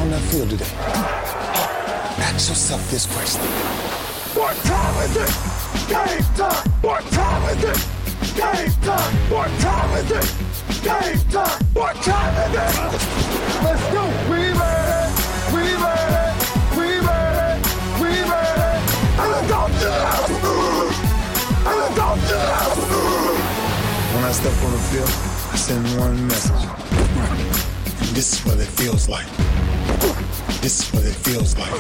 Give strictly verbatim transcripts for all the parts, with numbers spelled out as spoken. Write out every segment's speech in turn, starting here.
on that field today? Ask yourself this question. What time is it? Game time! What time is it? Game time! What time is it? Game time! What time is it? Let's go! We made it! We made it! We made it! We made it! And let's go to the house! And let's go to the house! When I step on the field, I send one message. This is what it feels like. This is what it feels like.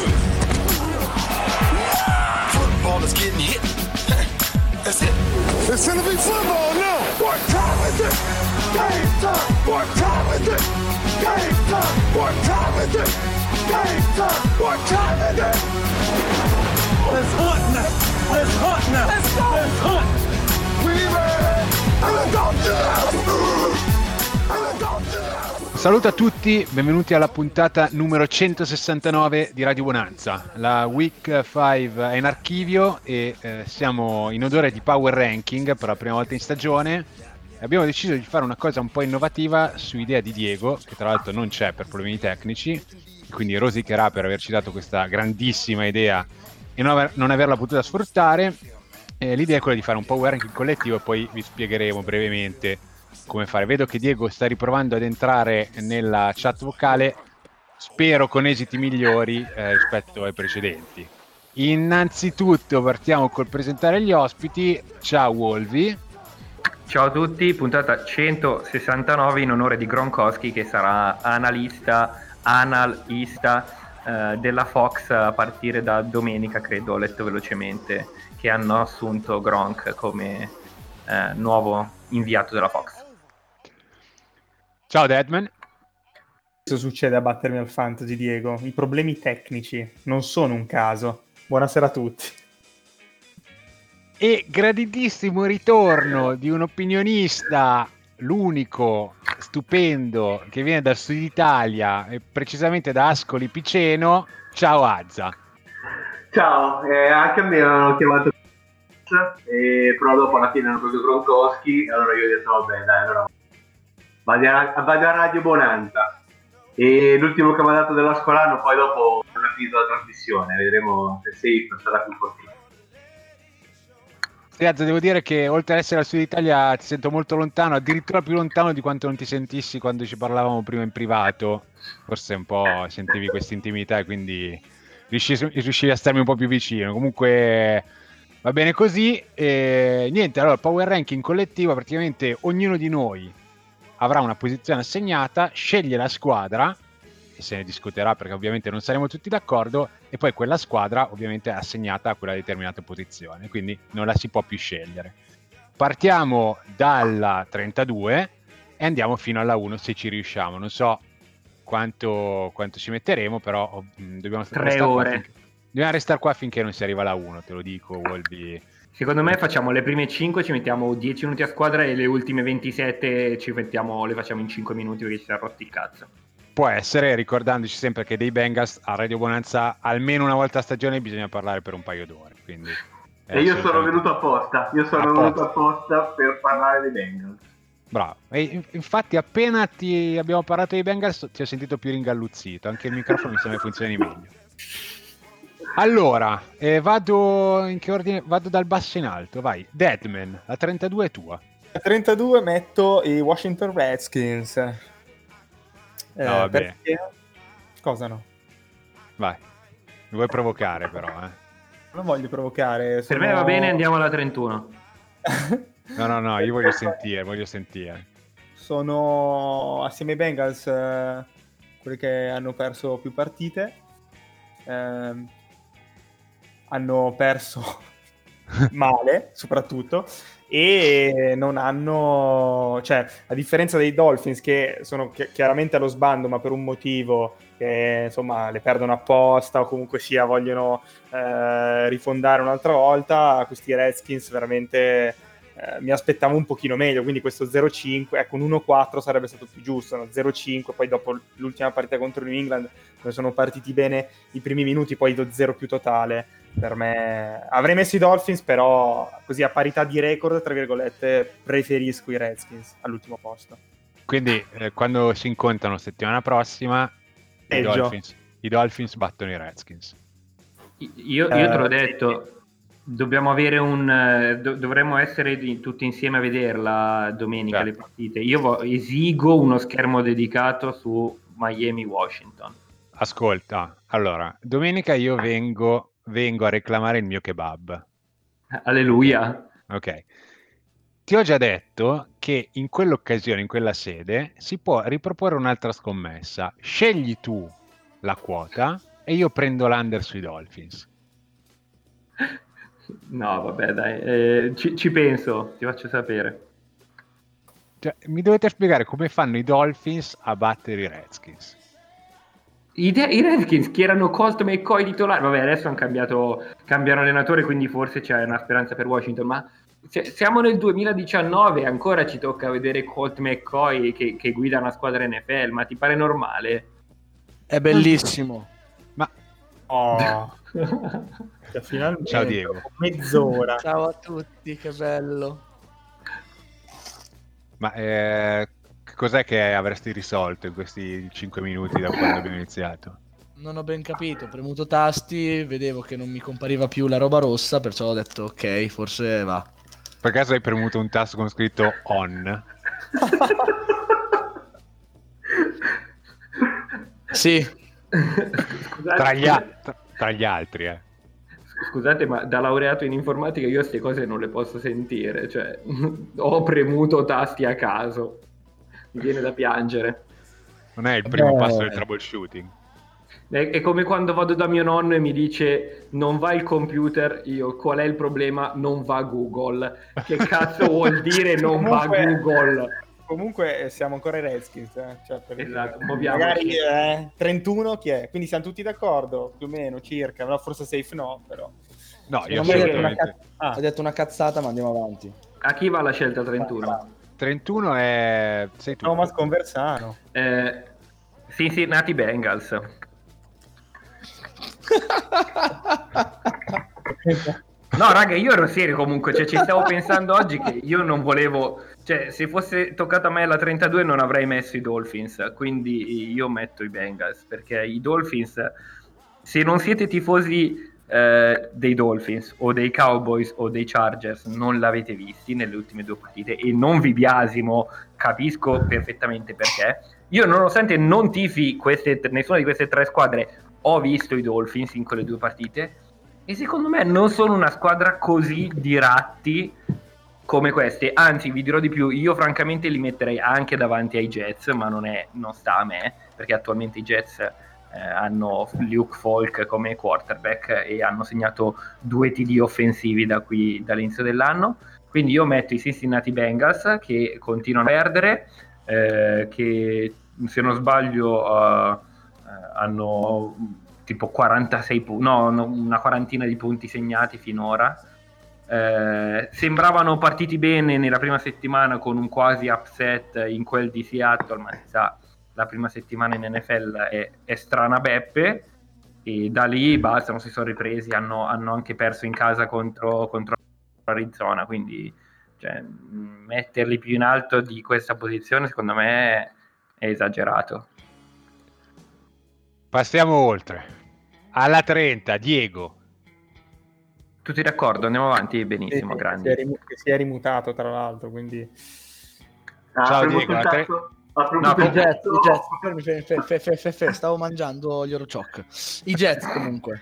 Football is getting hit. That's it. It's gonna be football now. What time is it? Game time. What time is it? Game time. What time is it? Game time. What time is it? Let's hunt now. Let's hunt now. Let's go. Let's hunt. We made it. And let's go to the house. And let's go to the house. Saluto a tutti, benvenuti alla puntata numero centosessantanove di Radio Bonanza. La Week cinque è in archivio e eh, siamo in odore di Power Ranking per la prima volta in stagione. Abbiamo deciso di fare una cosa un po' innovativa su idea di Diego, che tra l'altro non c'è per problemi tecnici, quindi rosicherà per averci dato questa grandissima idea e non, aver, non averla potuta sfruttare. Eh, l'idea è quella di fare un Power Ranking collettivo e poi vi spiegheremo brevemente come fare. Vedo che Diego sta riprovando ad entrare nella chat vocale, spero con esiti migliori eh, rispetto ai precedenti. Innanzitutto partiamo col presentare gli ospiti. Ciao Wolvi. Ciao a tutti, puntata centosessantanove in onore di Gronkowski, che sarà analista, analista eh, della Fox a partire da domenica, credo, ho letto velocemente, che hanno assunto Gronk come eh, nuovo inviato della Fox. Ciao Deadman. Cosa succede a battermi al fantasy, Diego? I problemi tecnici non sono un caso. Buonasera a tutti. E graditissimo ritorno di un opinionista, l'unico, stupendo, che viene dal sud Italia, e precisamente da Ascoli Piceno. Ciao Azza. Ciao, eh, anche a me hanno chiamato e però dopo alla fine hanno preso Gronkowski, allora io ho detto vabbè dai, allora vado a, vado a Radio Bonanza, e l'ultimo che mi ha dato della Scolano poi dopo non ha finito la trasmissione, vedremo se safe sarà più fortuna. Azza, devo dire che oltre ad essere al sud Italia ti sento molto lontano, addirittura più lontano di quanto non ti sentissi quando ci parlavamo prima in privato. Forse un po' sentivi questa intimità e quindi riuscivi, riuscivi a starmi un po' più vicino. Comunque va bene così. E niente, allora Power Ranking collettivo, praticamente ognuno di noi avrà una posizione assegnata, sceglie la squadra e se ne discuterà perché ovviamente non saremo tutti d'accordo, e poi quella squadra ovviamente è assegnata a quella determinata posizione, quindi non la si può più scegliere. Partiamo dalla trentadue e andiamo fino alla uno se ci riusciamo. Non so quanto, quanto ci metteremo, però mh, dobbiamo tre ore. Finché, dobbiamo restare qua finché non si arriva alla uno, te lo dico Wolby. Secondo me facciamo le prime cinque, ci mettiamo dieci minuti a squadra e le ultime ventisette ci mettiamo, le facciamo in cinque minuti perché ci sarà rotti il cazzo. Può essere, ricordandoci sempre che dei Bengals a Radio Bonanza almeno una volta a stagione bisogna parlare per un paio d'ore. Quindi e io sono venuto apposta, io sono apposta. venuto apposta per parlare dei Bengals. Bravo, e infatti appena ti abbiamo parlato dei Bengals ti ho sentito più ringalluzzito, anche il microfono mi sembra funzioni meglio. Allora, eh, vado in che ordine? Vado dal basso in alto, vai. Deadman, la trentadue è tua. A trentadue metto i Washington Redskins. Eh, no, vabbè. Perché... Cosa no? Vai, mi vuoi provocare però, eh? Non voglio provocare. Sono... Per me va bene, andiamo alla trentuno. No, no, no, io voglio sentire, voglio sentire. Sono assieme ai Bengals eh, quelli che hanno perso più partite. Eh, hanno perso male soprattutto e non hanno, cioè a differenza dei Dolphins che sono chi- chiaramente allo sbando ma per un motivo che insomma le perdono apposta o comunque sia vogliono eh, rifondare un'altra volta, questi Redskins veramente eh, mi aspettavo un pochino meglio, quindi questo zero cinque, ecco un uno quattro sarebbe stato più giusto, no? zero cinque, poi dopo l'ultima partita contro New England dove sono partiti bene i primi minuti, poi lo zero più totale, per me avrei messo i Dolphins, però così a parità di record tra virgolette preferisco i Redskins all'ultimo posto. Quindi eh, quando si incontrano settimana prossima I Dolphins, I Dolphins battono i Redskins. Io, io te l'ho detto, dobbiamo avere un do, dovremmo essere di, tutti insieme a vederla domenica, certo. Le partite. Io vo, esigo uno schermo dedicato su Miami Washington. Ascolta, allora domenica io vengo vengo a reclamare il mio kebab. Alleluia. Ok, ti ho già detto che in quell'occasione, in quella sede, si può riproporre un'altra scommessa. Scegli tu la quota e io prendo l'under sui Dolphins. No, vabbè, dai, eh, ci, ci penso, ti faccio sapere. Cioè, mi dovete spiegare come fanno i Dolphins a battere i Redskins. I, de- i Redskins che erano Colt McCoy titolari, vabbè, adesso hanno cambiato, cambiano allenatore, quindi forse c'è una speranza per Washington, ma se, siamo nel duemiladiciannove e ancora ci tocca vedere Colt McCoy che, che guida una squadra N F L, ma ti pare normale? È bellissimo. Ma oh. Cioè, finalmente, ciao Diego. Mezz'ora. Ciao a tutti, che bello. Ma eh, cos'è che avresti risolto in questi cinque minuti da quando abbiamo iniziato? Non ho ben capito, ho premuto tasti, vedevo che non mi compariva più la roba rossa, perciò ho detto ok, forse va. Per caso hai premuto un tasto con scritto on? Sì. Tra gli, a- tra, tra gli altri, eh. Scusate, ma da laureato in informatica io queste cose non le posso sentire, cioè ho premuto tasti a caso, mi viene da piangere. Non è il primo Beh. passo del troubleshooting. È, è come quando vado da mio nonno e mi dice non va il computer, io qual è il problema? Non va Google. Che cazzo vuol dire non Comunque- va Google? Comunque siamo ancora i Redskins, eh? Cioè, per Esatto, dire, muoviamoci. magari eh, trentuno chi è? Quindi siamo tutti d'accordo, più o meno, circa, no? Forse safe no, però. No, io Non mi hai detto una assolutamente... Ah, Ho detto una cazzata, ma andiamo avanti. A chi va la scelta trentuno? trentuno è... sei tu. Thomas Conversano. Eh, Cincinnati Bengals. No, raga, io ero serio comunque, cioè ci stavo pensando oggi che io non volevo, cioè se fosse toccato a me la trentadue non avrei messo i Dolphins, quindi io metto i Bengals, perché i Dolphins, se non siete tifosi eh, dei Dolphins o dei Cowboys o dei Chargers, non l'avete visti nelle ultime due partite e non vi biasimo, capisco perfettamente perché. Io nonostante non tifi queste, nessuna di queste tre squadre, ho visto i Dolphins in quelle due partite e secondo me non sono una squadra così di ratti come queste, anzi vi dirò di più, io francamente li metterei anche davanti ai Jets, ma non, è, non sta a me, perché attualmente i Jets eh, hanno Luke Falk come quarterback e hanno segnato due T D offensivi da qui dall'inizio dell'anno, quindi io metto i Cincinnati Bengals che continuano a perdere, eh, che se non sbaglio uh, hanno tipo quarantasei punti, no, una quarantina di punti segnati finora. Eh, sembravano partiti bene nella prima settimana con un quasi upset in quel di Seattle, ma si sa, la prima settimana in N F L è, è strana beppe e da lì basta, non si sono ripresi, hanno, hanno anche perso in casa contro, contro Arizona, quindi cioè, metterli più in alto di questa posizione secondo me è esagerato. Passiamo oltre. Alla trenta, Diego. Tutti d'accordo? Andiamo avanti? Benissimo, Che grandi. si, è rimu- che si è rimutato tra l'altro, quindi Ah, Ciao, ha premuto Diego, il la tre- tasto- ha No, premuto i il I Jets, tasto- i Jets, fermi, fermi, fermi, fermi, fermi, fermi, fermi, stavo mangiando gli Orochoc. I Jets comunque.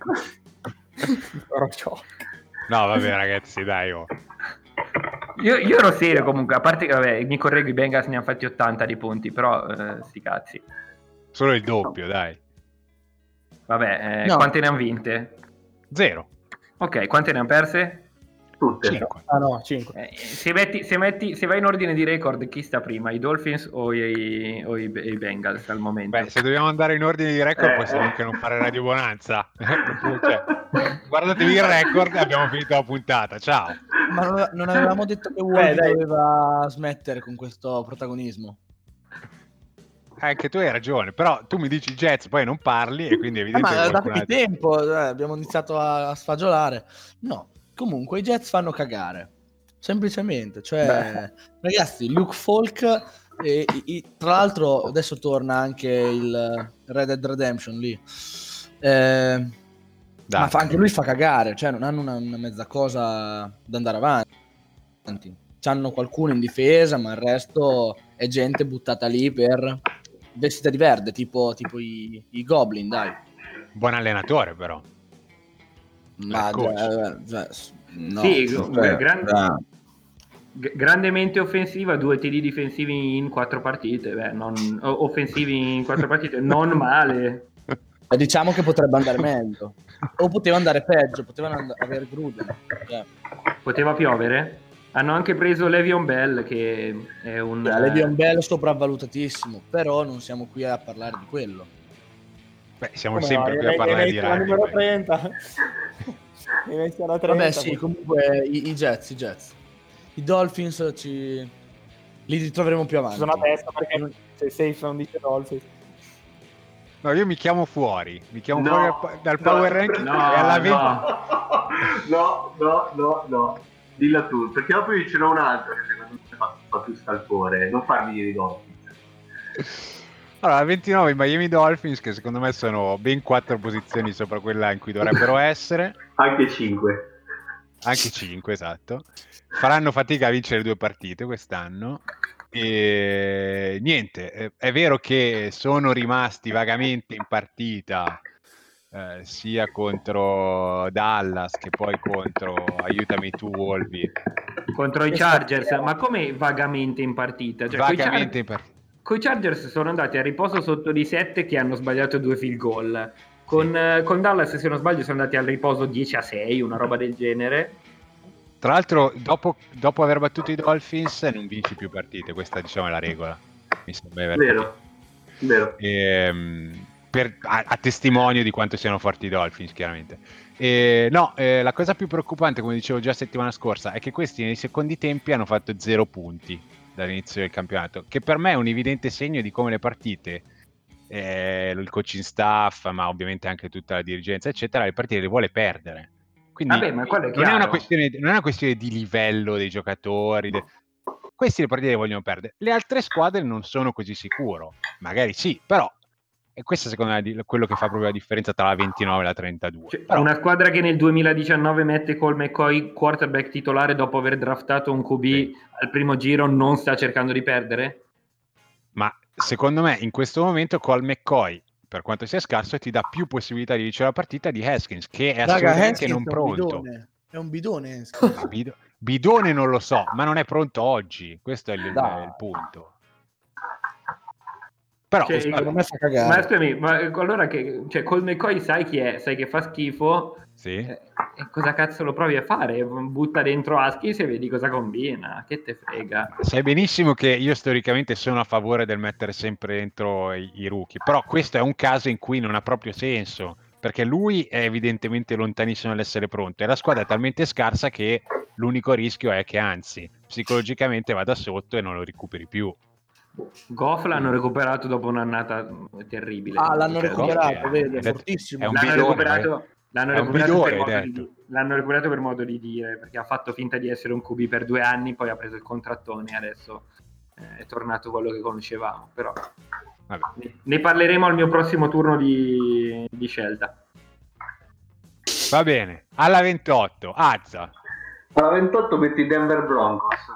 No, vabbè, ragazzi, dai. Oh. Io, io ero serio comunque, a parte che vabbè, mi correggo, i Bengals ne hanno fatti ottanta di punti, però eh, sti cazzi. Solo il doppio, dai. Vabbè, eh, No. quante ne hanno vinte? Zero. Ok, quante ne hanno perse? Tutte. Cinque. Ah no, cinque. Eh, se, metti, se, metti, se vai in ordine di record, chi sta prima? I Dolphins o i, o i, i Bengals al momento? Beh, se dobbiamo andare in ordine di record, Eh, possiamo eh. anche non fare Radio Bonanza. Cioè, guardatevi il record e abbiamo finito la puntata. Ciao. Ma non, non avevamo detto che Wolf dai. doveva smettere con questo protagonismo. Eh, Anche tu hai ragione, però tu mi dici Jets, poi non parli e quindi è Eh, evidente ma che qualcun datemi altro... tempo, eh, abbiamo iniziato a, a sfagiolare. No, comunque i Jets fanno cagare. Semplicemente, cioè, ragazzi, Luke Falk E, i, tra l'altro adesso torna anche il Red Dead Redemption lì. Eh, ma fa, anche lui fa cagare, cioè non hanno una, una mezza cosa da andare avanti. C'hanno qualcuno in difesa, ma il resto è gente buttata lì per vestita di verde, tipo, tipo i, i Goblin, dai. Buon allenatore, però. Ma già, già, no, sì, cioè, grande, già. grandemente offensiva, due T D difensivi in quattro partite, beh, non, offensivi in quattro partite, non male. E diciamo che potrebbe andare meglio, o poteva andare peggio, potevano and- avere Gruden. Cioè. Poteva piovere? Hanno anche preso Le'Veon Bell, che è un... Yeah, Le'Veon Bell sopravvalutatissimo, però non siamo qui a parlare di quello. Beh, siamo Come sempre no, qui a parlare di la numero running back. trenta. Mi metti alla trenta. Vabbè, sì, comunque i, i Jets, i Jets. I Dolphins ci li ritroveremo più avanti. Sono a testa perché se safe non dice Dolphins. No, io mi chiamo fuori, mi chiamo No, fuori dal no, power ranking no, e alla venti... no, no, no, no, dillo tu, perché dopo io ce n'ho un altro che secondo me fa, fa più scalpore, non farmi dire i Dolphins. Allora, ventinove i Miami Dolphins, che secondo me sono ben quattro posizioni sopra quella in cui dovrebbero essere. Anche cinque. Anche cinque, esatto. Faranno fatica a vincere due partite quest'anno. E niente, è vero che sono rimasti vagamente in partita eh, sia contro Dallas che poi contro, aiutami tu Wolvi, contro i Chargers, ma come vagamente in partita? Cioè, vagamente coi in partita. Coi Chargers sono andati a riposo sotto di sette che hanno sbagliato due field goal. Con, sì. eh, con Dallas, se non sbaglio, sono andati al riposo dieci a sei, una roba del genere. Tra l'altro, dopo, dopo aver battuto i Dolphins, non vinci più partite. Questa, diciamo, è la regola. Mi sembra aver vero, vero. E, per, a, a testimonio di quanto siano forti i Dolphins, chiaramente. E, no, eh, la cosa più preoccupante, come dicevo già settimana scorsa, è che questi nei secondi tempi hanno fatto zero punti dall'inizio del campionato, che per me è un evidente segno di come le partite, eh, il coaching staff, ma ovviamente anche tutta la dirigenza, eccetera, le partite le vuole perdere. Quindi Vabbè, ma quello è non, è una chiaro. questione, non è una questione di livello dei giocatori. De... Questi le partite le vogliono perdere. Le altre squadre non sono così sicuro. Magari sì, però e questo secondo me è quello che fa proprio la differenza tra la ventinove e la trentadue. Cioè, però... una squadra che nel duemiladiciannove mette Colt McCoy quarterback titolare dopo aver draftato un Q B sì. al primo giro non sta cercando di perdere? Ma secondo me in questo momento Colt McCoy, per quanto sia scarso, ti dà più possibilità di vincere la partita di Haskins, che è Raga, assolutamente Haskins non è pronto. Un bidone. È un bidone Haskins. Bid- bidone non lo so, ma non è pronto oggi. Questo è il, il punto. Però cioè, vabbè. Me fa cagare. Ma scusami, ma allora che cioè Colt McCoy sai chi è? Sai che fa schifo? Sì. Eh, e cosa cazzo lo provi a fare? Butta dentro Haskins e vedi cosa combina. Che te frega? Sai benissimo che io storicamente sono a favore del mettere sempre dentro i, i rookie, però questo è un caso in cui non ha proprio senso, perché lui è evidentemente lontanissimo dall'essere pronto e la squadra è talmente scarsa che l'unico rischio è che anzi psicologicamente vada sotto e non lo recuperi più. Goff l'hanno recuperato dopo un'annata terribile. Ah, l'hanno cioè, recuperato, è, vede, è, fortissimo. È un l'hanno bidone, recuperato, l'hanno è un recuperato bidone, per modo detto. di, l'hanno recuperato per modo di dire, perché ha fatto finta di essere un Q B per due anni, poi ha preso il contrattone e adesso eh, è tornato quello che conoscevamo. Però ne, ne parleremo al mio prossimo turno di, di scelta. Va bene, alla ventotto, Azza. Alla ventotto metti i Denver Broncos.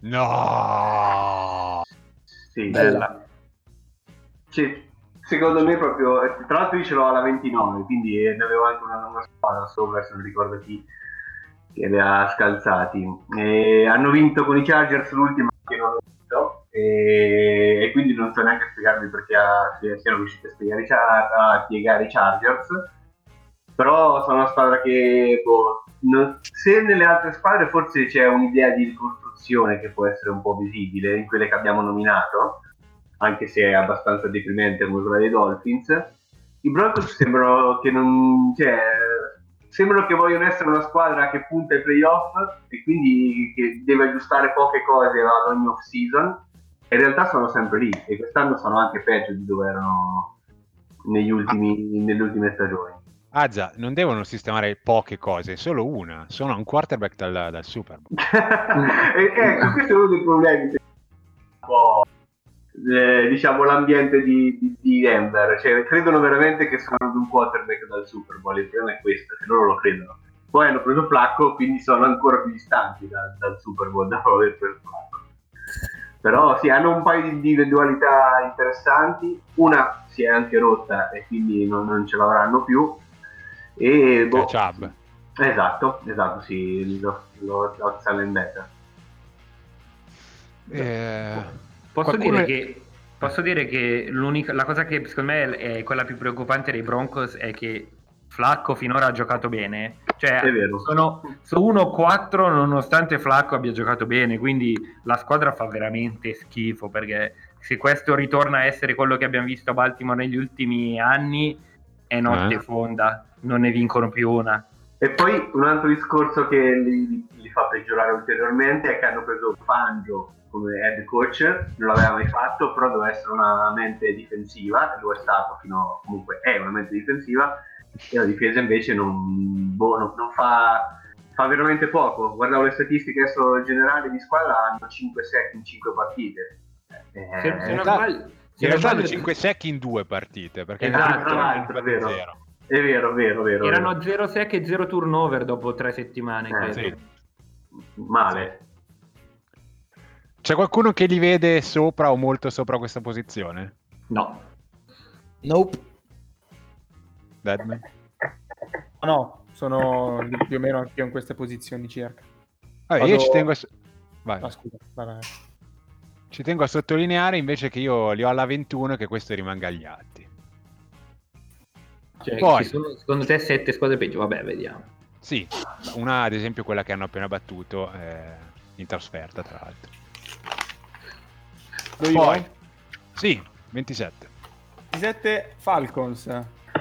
No! Sì, bella. Sì, secondo me proprio, tra l'altro io ce l'ho alla ventinove, quindi ne avevo anche una, una squadra sopra, se non ricordo chi, che li ha scalzati. E hanno vinto con i Chargers l'ultima che non ho vinto, e, e quindi non so neanche spiegarvi perché ha, siano riusciti a spiegare a spiegare i Chargers, però sono una squadra che boh, non, se nelle altre squadre forse c'è un'idea di ricostruzione che può essere un po' visibile in quelle che abbiamo nominato, anche se è abbastanza deprimente come quella dei Dolphins, i Broncos sembrano che non, cioè, sembrano che vogliono essere una squadra che punta ai playoff e quindi che deve aggiustare poche cose ad ogni off season, e in realtà sono sempre lì, e quest'anno sono anche peggio di dove erano negli ultimi, nelle ultime stagioni. Azza, non devono sistemare poche cose, solo una, sono un quarterback dal, dal Super Bowl. E ecco, questo è uno dei problemi un po' eh, diciamo l'ambiente di, di, di Denver, cioè credono veramente che sono un quarterback dal Super Bowl. Il problema è questo, che loro lo credono. Poi hanno preso Flacco, quindi sono ancora più distanti da, dal Super Bowl dopo aver preso Flacco. Però sì, hanno un paio di individualità interessanti, una si è anche rotta e quindi non, non ce l'avranno più. E boh, Chubb. Esatto, esatto, sì, lo, lo, lo in beta. Eh, Posso qualcuno- dire che posso dire che l'unica la cosa che secondo me è quella più preoccupante dei Broncos è che Flacco finora ha giocato bene, cioè È vero. sono su uno quattro nonostante Flacco abbia giocato bene, quindi la squadra fa veramente schifo, perché se questo ritorna a essere quello che abbiamo visto a Baltimore negli ultimi anni è notte Eh. fonda, non ne vincono più una. E poi un altro discorso che li, li fa peggiorare ulteriormente è che hanno preso Fangio come head coach, non l'aveva mai fatto, però doveva essere una mente difensiva, e lo è stato fino comunque è una mente difensiva, e la difesa invece non, boh, non, non fa, fa veramente poco. Guardavo le statistiche adesso generali di squadra, hanno cinque sack in cinque partite. Eh, Se, se non realtà- sbaglio, se In non realtà hanno sbaglio- cinque sack in due partite, perché Esatto, nel primo tra turno l'altro, hanno è vero. zero. È vero, vero, vero. erano vero. zero sack e zero turnover dopo tre settimane, Eh, credo. Sì. Male. C'è qualcuno che li vede sopra o molto sopra questa posizione? No. Nope. Deadman? No, sono più o meno anche in queste posizioni circa. Vabbè, Vado- io ci tengo a... so- Vai. Ah, scusa, vai, vai. Ci tengo a sottolineare invece che io li ho alla ventuno e che questo rimanga agli atti. Cioè, Poi- ci sono, secondo te sette squadre peggio? Vabbè, vediamo. Sì, una ad esempio quella che hanno appena battuto eh, in trasferta, tra l'altro. Dove Poi, io? sì, ventisette. ventisette Falcons.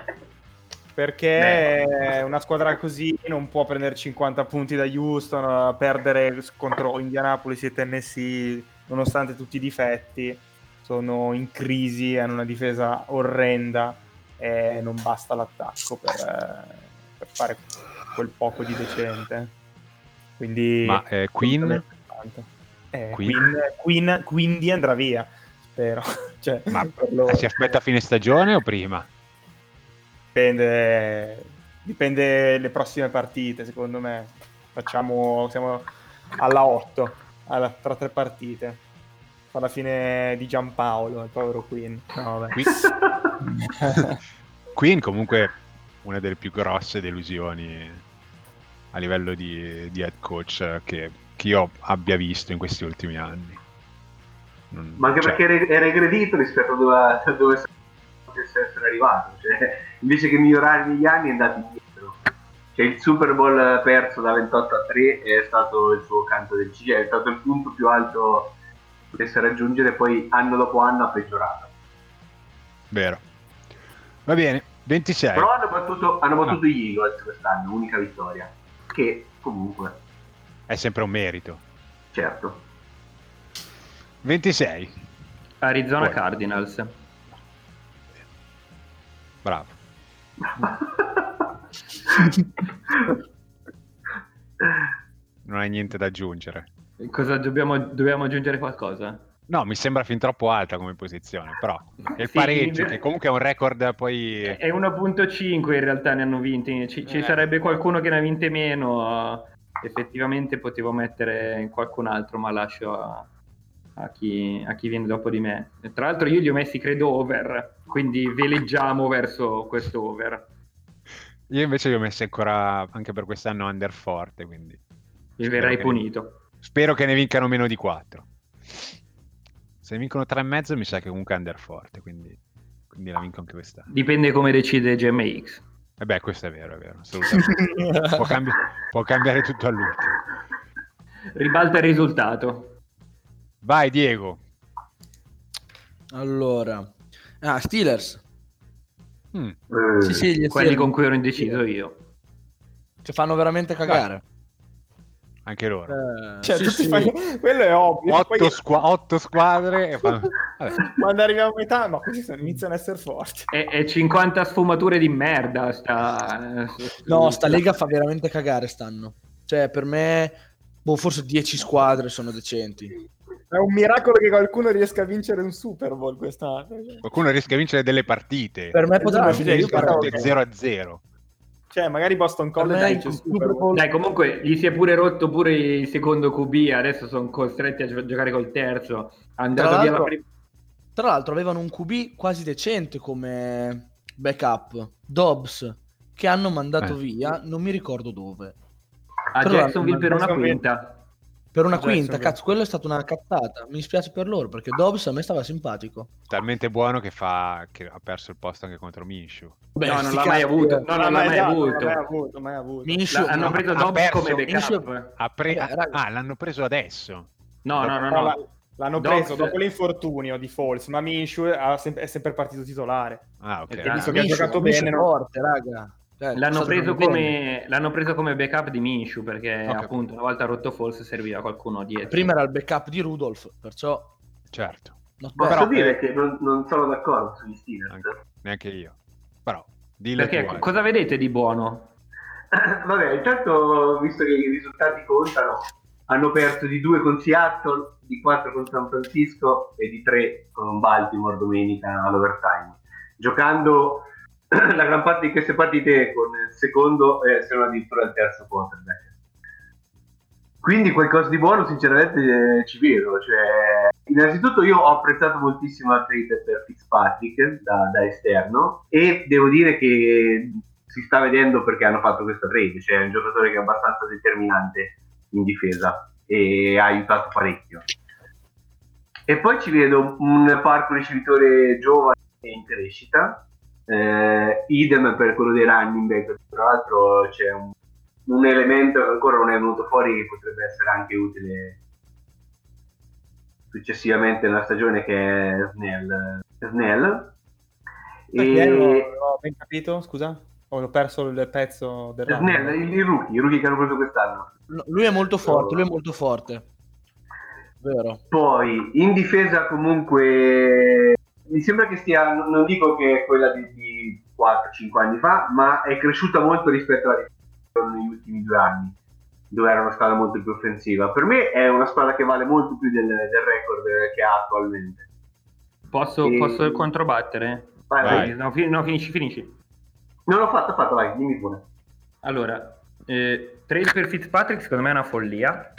Perché una squadra così non può prendere cinquanta punti da Houston, perdere contro Indianapolis e Tennessee, nonostante tutti i difetti. Sono in crisi, hanno una difesa orrenda e non basta l'attacco per, eh, per fare quel poco di decente. Quindi Ma eh, Queen? Eh, Queen? Queen, Queen, quindi andrà via, spero. Cioè, Ma per loro- si aspetta a fine stagione o prima? Dipende, dipende le prossime partite, secondo me. Facciamo, siamo alla otto, alla, tra tre partite. Fa la fine di Giampaolo, il povero Queen. No, vabbè. Qui- Queen comunque una delle più grosse delusioni a livello di, di head coach che, che io abbia visto in questi ultimi anni. Non- Ma anche cioè, perché era, era aggredito rispetto a dove, dove potesse essere arrivato, cioè, invece che migliorare negli anni è andato indietro. Cioè, il Super Bowl perso da ventotto a tre è stato il suo canto del cigno, è stato il punto più alto che potesse raggiungere, poi anno dopo anno ha peggiorato. vero. Va bene, ventisei. Però hanno battuto, hanno battuto gli Eagles quest'anno, unica vittoria, che comunque, È sempre un merito. certo. ventisei. Arizona Poi. Cardinals. Bravo. Non hai niente da aggiungere. Cosa dobbiamo, dobbiamo aggiungere qualcosa? No, mi sembra fin troppo alta come posizione, però il Sì, pareggio, in- che comunque è un record poi... È uno virgola cinque in realtà ne hanno vinti, ci, ci Eh. sarebbe qualcuno che ne ha vinte meno, eh, effettivamente potevo mettere qualcun altro, ma lascio a, a chi, a chi viene dopo di me. E tra l'altro io li ho messi credo over, quindi veleggiamo verso questo over. Io invece li ho messi ancora, anche per quest'anno, under forte, quindi... Mi spero verrai che- punito. Spero che ne vincano meno di quattro. Se ne vincono tre e mezzo mi sa che comunque è under forte, quindi, quindi la vinco anche quest'anno. Dipende come decide G M X. E beh, questo è vero, è vero, assolutamente. può, cambi- può cambiare tutto all'ultimo. Ribalta il risultato. Vai, Diego. Allora, ah, Steelers. Mm. Eh, Sì, sì, gli Quelli Steelers. con cui ero indeciso io. Ci fanno veramente cagare. Anche loro. Eh, Cioè, sì, tutti sì. fai- quello è ovvio. Otto, Poi squa- otto squadre e fanno... Vabbè. quando arriviamo a metà, ma questi sono- iniziano a essere forti. E, e cinquanta sfumature di merda sta... No, sta lega fa veramente cagare stanno. Cioè, per me, boh, forse dieci squadre sono decenti. È un miracolo che qualcuno riesca a vincere un Super Bowl quest'anno. Qualcuno riesca a vincere delle partite. Per me potrebbe Esatto, finire io pensavo tutte che- zero a zero. Cioè, magari Boston College me vince il il Super Super Bowl. Bowl- Dai, comunque gli si è pure rotto pure il secondo Q B, adesso sono costretti a gio- giocare col terzo. È andato Tra via la l'altro, prima. tra l'altro avevano un Q B quasi decente come backup, Dobbs, che hanno mandato Eh. via, non mi ricordo dove. A Però Jacksonville per una Jacksonville. quinta. Per una Jacksonville. quinta, cazzo, quello è stata una cazzata. Mi dispiace per loro perché Dobbs a me stava simpatico. Talmente buono che, fa... che ha perso il posto anche contro Minshew. Beh, No, non sti l'ha mai cazzi, avuto. eh. No, non l'ha mai esatto, avuto. non l'ha mai avuto, mai avuto. Minshew, La- hanno no, preso ha Dobbs perso- come Minshew- backup. Ha pre- Eh, raga. Ah, l'hanno preso adesso. No, no, no, No, no. la- l'hanno Dobbs- preso dopo l'infortunio di Foles, ma Minshew ha sem- è sempre partito titolare. Ah, ok. E visto che ha Minshew- giocato Minshew bene, è no? forte, raga. Cioè, L'hanno sta preso, giocando bene. come, l'hanno preso come backup di Minshew perché Ho capito. appunto una volta rotto Falls serviva qualcuno dietro. Prima era il backup di Rudolph, perciò Certo, not Posso bad. dire che non, non sono d'accordo sugli Steelers. anche- neanche io. Però, dillo Perché tu, eh. cosa vedete di buono? Vabbè, intanto, visto che i risultati contano, hanno perso di due con Seattle, di quattro con San Francisco e di tre con Baltimore domenica all'overtime. Giocando la gran parte di queste partite con il secondo e se non addirittura il terzo quarterback. Quindi qualcosa di buono sinceramente eh, ci vedo. Cioè, innanzitutto io ho apprezzato moltissimo la trade per Fitzpatrick da, da esterno e devo dire che si sta vedendo perché hanno fatto questa trade. Cioè è un giocatore che è abbastanza determinante in difesa e ha aiutato parecchio. E poi ci vedo un parco ricevitore giovane e in crescita, eh, idem per quello dei running back. Tra l'altro c'è un, un elemento che ancora non è venuto fuori che potrebbe essere anche utile successivamente nella stagione, che è Snell. Snell. Perché E... non ho, non ho ben capito, scusa? Ho perso il pezzo del round. Snell, il, il rookie, il rookie che hanno preso quest'anno. No, lui è molto forte, lui è molto forte. Vero. Poi in difesa comunque mi sembra che stia, non dico che è quella di, di quattro cinque anni fa, ma è cresciuta molto rispetto alla difesa negli ultimi due anni, dove era una squadra molto più offensiva. Per me è una squadra che vale molto più del, del record che ha attualmente. Posso, E- posso controbattere? Vai, vai. Vai. No, fi- no, finisci, finisci. Non l'ho fatto, fatto, vai, dimmi pure. Allora, eh, trade per Fitzpatrick secondo me è una follia.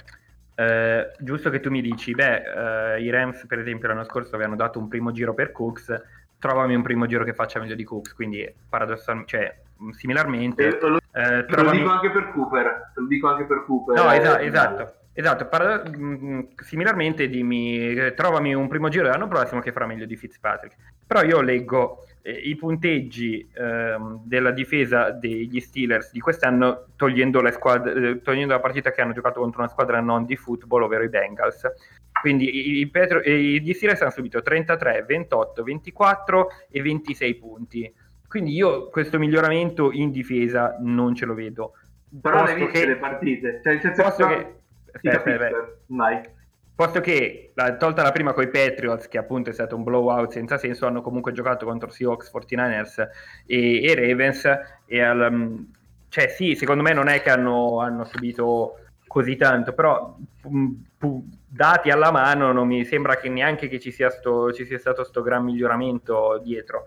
Eh, giusto che tu mi dici, beh, eh, i Rams per esempio l'anno scorso avevano dato un primo giro per Cooks, trovami un primo giro che faccia meglio di Cooks, quindi paradossalmente, cioè, similarmente, E lo, eh, te lo trovami... dico anche per Cooper, te lo dico anche per Cooper. No, eh, esa- esatto, esatto. Para- mh, similarmente dimmi, eh, trovami un primo giro dell'anno prossimo che farà meglio di Fitzpatrick. Però io leggo eh, i punteggi ehm, della difesa degli Steelers di quest'anno togliendo, le squadre, eh, togliendo la partita che hanno giocato contro una squadra non di football, ovvero i Bengals. Quindi i, i Petro- e gli Steelers hanno subito trentatré, ventotto, ventiquattro e ventisei punti. Quindi io questo miglioramento in difesa non ce lo vedo. Però le Posto viste che- le partite. Cioè, nel senso posto che... che- Ti aspetta, capisco, aspetta. vai. Posto che, la- tolta la prima con i Patriots, che appunto è stato un blowout senza senso, hanno comunque giocato contro Seahawks, quarantanovers e, e Ravens. E al, um, cioè sì, secondo me non è che hanno, hanno subito così tanto, però um, pu- dati alla mano non mi sembra che neanche che ci sia, sto, ci sia stato sto gran miglioramento dietro.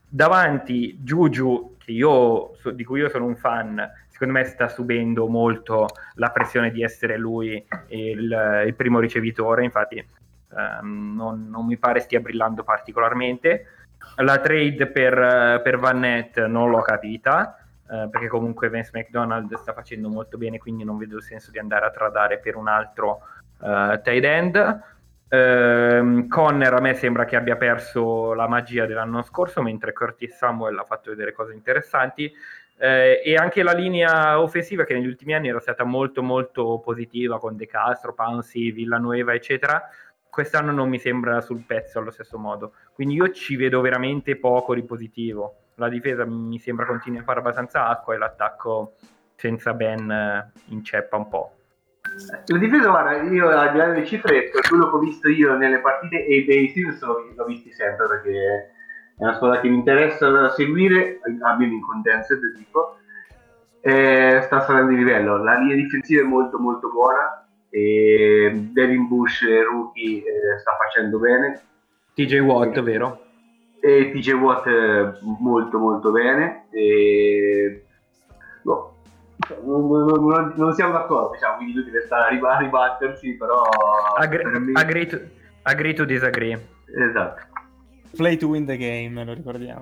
Davanti Juju, che io, so- di cui io sono un fan, secondo me sta subendo molto la pressione di essere lui il, il primo ricevitore, infatti ehm, non, non mi pare stia brillando particolarmente. La trade per, per Van Nett non l'ho capita, eh, perché comunque Vance McDonald sta facendo molto bene, quindi non vedo il senso di andare a tradare per un altro eh, tight end. Uh, Conner a me sembra che abbia perso la magia dell'anno scorso, mentre Curtis Samuel ha fatto vedere cose interessanti, uh, e anche la linea offensiva, che negli ultimi anni era stata molto molto positiva con De Castro, Pouncey, Villanueva eccetera, quest'anno non mi sembra sul pezzo allo stesso modo, quindi io ci vedo veramente poco di positivo. La difesa mi sembra continui a fare abbastanza acqua e l'attacco senza Ben uh, inceppa un po'. La difesa, guarda, io al di là delle cifre, per quello che ho visto io nelle partite e dei Steelers l'ho visti sempre, perché è una squadra che mi interessa da seguire, abbiamo in condense del tipo, e sta salendo di livello. La linea difensiva è molto molto buona, e Devin Bush rookie eh, sta facendo bene, T J Watt, vero? E T J Watt eh, molto molto bene, e no, non, non, non, non siamo d'accordo, diciamo, quindi lui deve stare a, rib- a ribattersi, però Agre- per me... agree, to, agree to disagree. Esatto. Play to win the game, lo ricordiamo.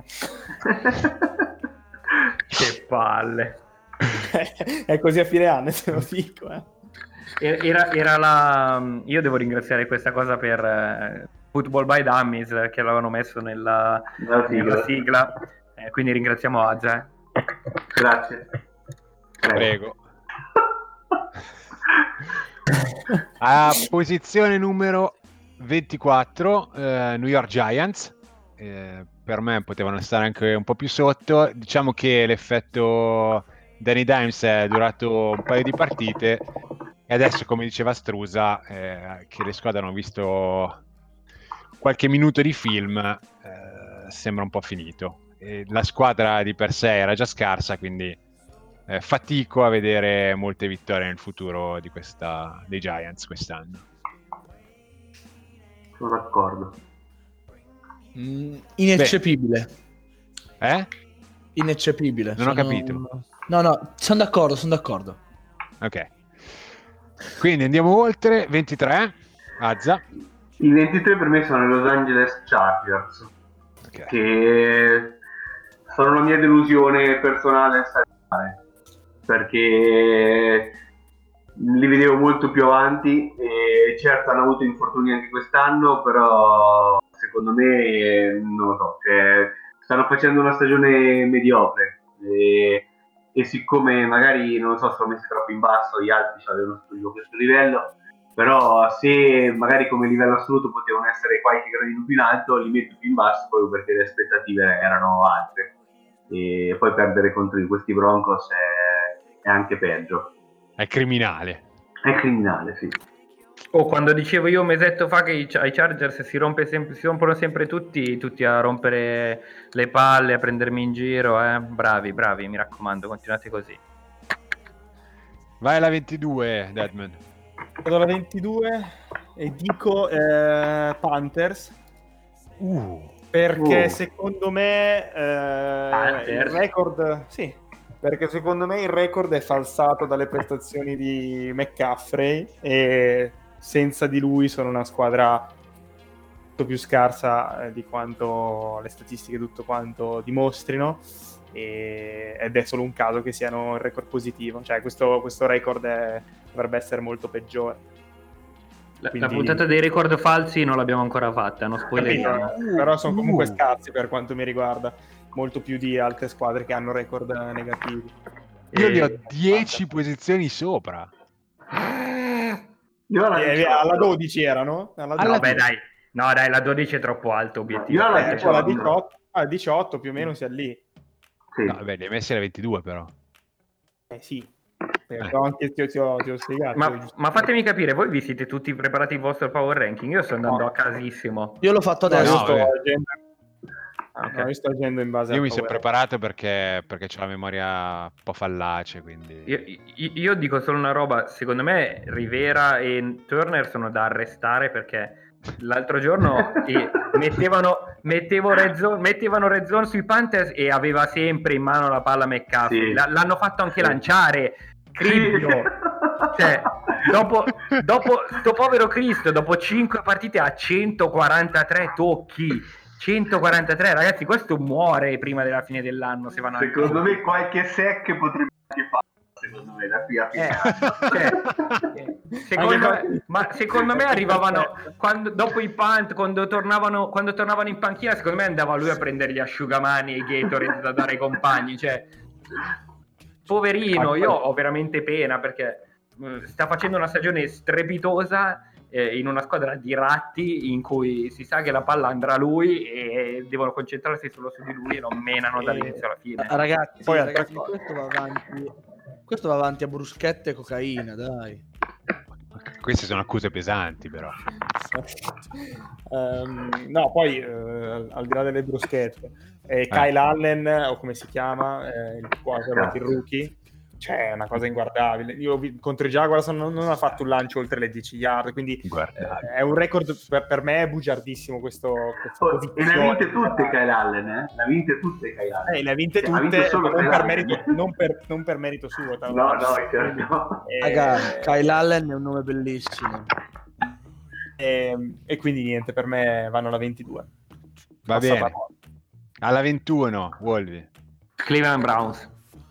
Che palle. È così a fine anno, te lo dico. Eh. Era, era la... Io devo ringraziare questa cosa per uh, Football by Dummies che l'avevano messo nella, sigla, nella sigla. Eh, quindi ringraziamo Azza. Eh. Grazie. Prego. A posizione numero ventiquattro, eh, New York Giants. Eh, per me potevano stare anche un po' più sotto. Diciamo che l'effetto Danny Dimes è durato un paio di partite e adesso, come diceva Strusa, eh, che le squadre hanno visto qualche minuto di film, eh, sembra un po' finito. E la squadra di per sé era già scarsa, quindi eh, fatico a vedere molte vittorie nel futuro di questa, dei Giants quest'anno. Sono d'accordo. Mm, ineccepibile. Eh? Ineccepibile. Non ho Sono- capito. No, no, sono d'accordo, sono d'accordo. Ok. Quindi andiamo oltre. ventitré. Azza. I ventitré per me sono i Los Angeles Chargers, Ok. che sono la mia delusione personale stagionale, perché li vedevo molto più avanti e certo hanno avuto infortuni anche quest'anno, però secondo me non lo so, cioè, stanno facendo una stagione mediocre e, e siccome magari non lo so, sono messi troppo in basso, gli altri avevano studiato questo livello, però se magari come livello assoluto potevano essere qualche gradino più in alto, li metto più in basso proprio perché le aspettative erano altre, e poi perdere contro di questi Broncos è, è anche peggio. È criminale. È criminale, sì. O quando dicevo io un mesetto fa che i- ai Chargers si, rompe sempre, si rompono sempre tutti, tutti a rompere le palle, a prendermi in giro, eh. Bravi, bravi, mi raccomando, continuate così. Vai alla ventidue, Deadman. Vado alla ventidue e dico eh, Panthers, Uh. perché Uh. secondo me eh, il Panthers? record sì, perché secondo me il record è falsato dalle prestazioni di McCaffrey e senza di lui sono una squadra molto più scarsa eh, di quanto le statistiche tutto quanto dimostrino, e- ed è solo un caso che siano il record positivo, cioè questo, questo record è- dovrebbe essere molto peggiore. La, Quindi- la puntata dei record falsi non l'abbiamo ancora fatta, non Capito? spoileriamo. Però sono comunque Uh. scarsi per quanto mi riguarda, molto più di altre squadre che hanno record negativi. Io E- li ho dieci posizioni sopra. Io alla Eh, diciotto. alla dodici erano? Alla Alla No, dodici. beh, dai. No, dai, la dodici è troppo alto, obiettivo. Io alla Eh, diciotto. alla diciotto, ah, diciotto più o meno sia lì. Sì. No, beh, li hai messi alla ventidue però. Eh sì, però anche ti, ho- ti ho, ti ho spiegato. Ma, ma fatemi capire, voi vi siete tutti preparati il vostro power ranking? Io sto andando No. a casissimo. Io l'ho fatto No, adesso. io no, sto vabbè. agendo, Ah, ok. no, io sto agendo in base Io a mi sono power. preparato perché, perché c'ho la memoria un po' fallace, quindi... Io, io- io dico solo una roba, secondo me Rivera e Turner sono da arrestare perché l'altro giorno eh, mettevano, mettevo red zone, mettevano red zone sui Panthers e aveva sempre in mano la palla McCaffrey. Sì. La- l'hanno fatto anche Sì. lanciare. Cribbio. Cioè, dopo, dopo sto povero Cristo, dopo cinque partite a centoquarantatré tocchi, centoquarantatré, ragazzi, questo muore prima della fine dell'anno se vanno Secondo avanti. me qualche sec potrebbe anche fare, secondo me, da qui a fine Eh, anno. cioè, eh, secondo me, ma secondo me arrivavano quando, dopo i punt, quando tornavano, quando tornavano in panchina, secondo me andava lui a prendere gli asciugamani e i Gatorade da dare ai compagni, cioè poverino, io ho veramente pena perché eh, sta facendo una stagione strepitosa eh, in una squadra di ratti in cui si sa che la palla andrà a lui e devono concentrarsi solo su di lui e non menano dall'inizio alla fine. Ah, ragazzi, Poi ragazzi, altre cose. questo va avanti. Questo va avanti a bruschette e cocaina, dai. Queste sono accuse pesanti però. Ehm, no, poi eh, al di là delle bruschette, eh, Kyle Allen, o come si chiama, eh, il quarterback, il rookie, cioè è una cosa inguardabile. Io vi- contro i Jaguars non, non ha fatto un lancio oltre le dieci yard, quindi Guardate. eh, è un record per, per me è bugiardissimo questo, questa Oh, e posizione. le ha vinte tutte Kyle Allen, eh? Le ha vinte tutte Kyle Allen. Eh, le ha vinte Cioè, ha vinto tutte, solo non Kyle per, Allen. merito, non, per, non per merito suo. tra No, l'altro. no, certo. Eh, Raga, Kyle Allen è un nome bellissimo. E, e quindi niente, per me vanno alla ventidue. Va Passa bene. parola. Alla ventuno, Wolvi. Cleveland Browns.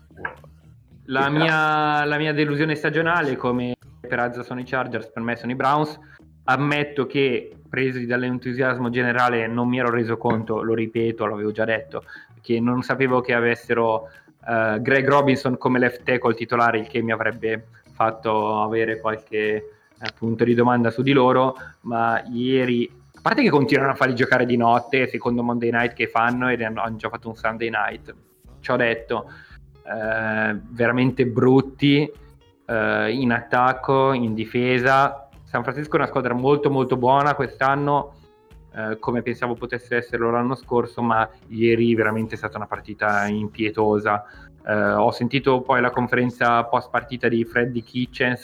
La mia, la mia delusione stagionale, come per Azza sono i Chargers, per me sono i Browns. Ammetto che, presi dall'entusiasmo generale, non mi ero reso conto, lo ripeto, l'avevo già detto, che non sapevo che avessero uh, Greg Robinson come left tackle titolare, il che mi avrebbe fatto avere qualche eh, punto di domanda su di loro, ma ieri, a parte che continuano a farli giocare di notte, secondo Monday Night che fanno, ed hanno, hanno già fatto un Sunday Night, ci ho detto, eh, veramente brutti eh, in attacco, in difesa. San Francisco è una squadra molto molto buona quest'anno, eh, come pensavo potesse esserlo l'anno scorso, ma ieri veramente è stata una partita impietosa. Eh, ho sentito poi la conferenza post partita di Freddy Kitchens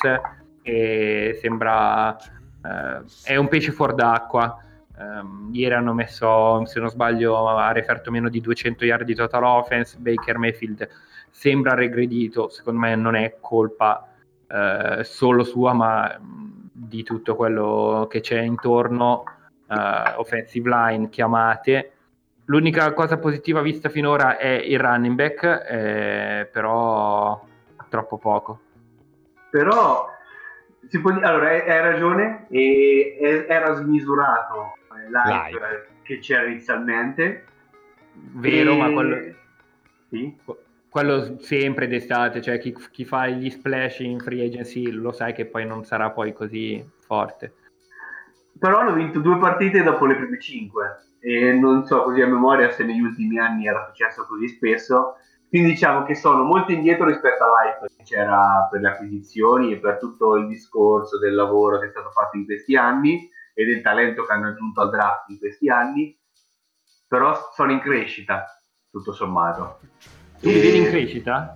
e sembra eh, è un pesce fuor d'acqua. Um, ieri hanno messo, se non sbaglio, ha referto meno di duecento yard di total offense. Baker Mayfield sembra regredito, secondo me non è colpa uh, solo sua, ma um, di tutto quello che c'è intorno, uh, offensive line, chiamate. L'unica cosa positiva vista finora è il running back, eh, però troppo poco. Però si può dire, allora hai, hai ragione, e è, era smisurato l'hype L'hype. che c'era inizialmente, Vero, e... ma quello, sì. quello sempre d'estate, cioè chi, chi fa gli splash in free agency lo sai che poi non sarà poi così forte. Però hanno vinto due partite dopo le prime cinque, e non so così a memoria se negli ultimi anni era successo così spesso, quindi diciamo che sono molto indietro rispetto all'hype che c'era per le acquisizioni e per tutto il discorso del lavoro che è stato fatto in questi anni e del talento che hanno aggiunto al draft in questi anni, però sono in crescita tutto sommato. Tu li vedi in crescita?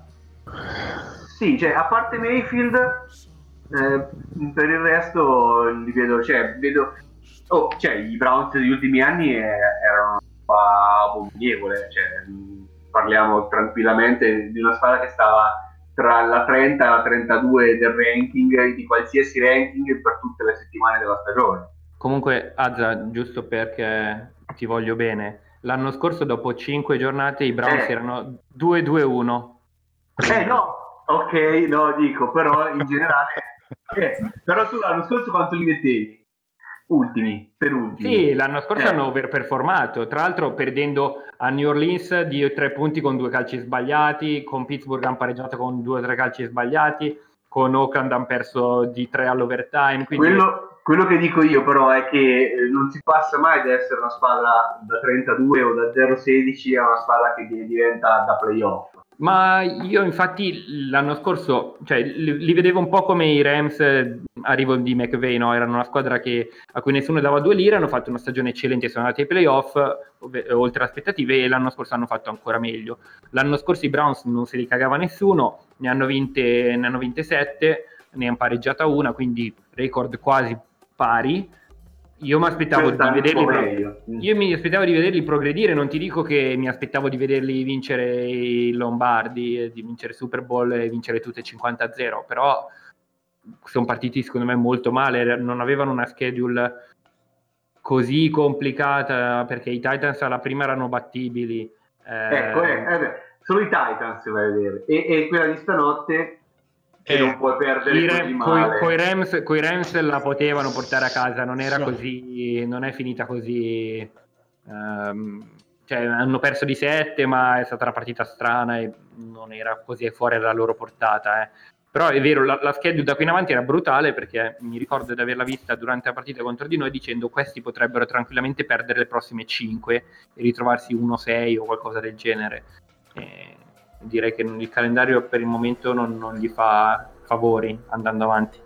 Sì, cioè a parte Mayfield, eh, per il resto li vedo, cioè vedo, oh, cioè i Browns degli ultimi anni eh, erano un po' abominevole, cioè parliamo tranquillamente di una squadra che stava tra la trenta e la trentadue del ranking, di qualsiasi ranking per tutte le settimane della stagione. Comunque, Azza, giusto perché ti voglio bene, l'anno scorso dopo cinque giornate i Browns Eh. erano due due uno. Eh no, ok, no, dico, però in generale, eh, però tu l'anno scorso quanto li mettevi? Ultimi, per ultimi. Sì, l'anno scorso Eh. hanno overperformato, tra l'altro perdendo a New Orleans di tre punti con due calci sbagliati, con Pittsburgh hanno pareggiato con due o tre calci sbagliati, con Oakland hanno perso di tre all'overtime. Quindi... Quello, quello che dico io però è che eh, non si passa mai da essere una squadra da trentadue o da zero sedici a una squadra che diventa da playoff. Ma io infatti l'anno scorso, cioè, li, li vedevo un po' come i Rams eh, arrivo di McVay, no? Erano una squadra che, a cui nessuno dava due lire, hanno fatto una stagione eccellente, sono andati ai playoff, ov- oltre aspettative, e l'anno scorso hanno fatto ancora meglio. L'anno scorso i Browns non se li cagava nessuno, ne hanno vinte, ne hanno vinte sette, ne hanno pareggiata una, quindi record quasi pari. Io mi aspettavo di vederli pro- io mi aspettavo di vederli progredire, non ti dico che mi aspettavo di vederli vincere i Lombardi, di vincere Super Bowl e vincere tutte cinquanta a zero, però sono partiti secondo me molto male, non avevano una schedule così complicata, perché i Titans alla prima erano battibili. Eh, ecco, eh, eh, solo i Titans vai a vedere, e, e quella di stanotte che eh, non puoi perdere i così male. Coi Rams, coi Rams la potevano portare a casa, non era così, non è finita così, um, cioè hanno perso di sette, ma è stata una partita strana e non era così fuori dalla loro portata, eh. Però è vero, la, la schedule da qui in avanti era brutale, perché mi ricordo di averla vista durante la partita contro di noi dicendo questi potrebbero tranquillamente perdere le prossime cinque e ritrovarsi uno sei o qualcosa del genere. E direi che il calendario per il momento non, non gli fa favori andando avanti.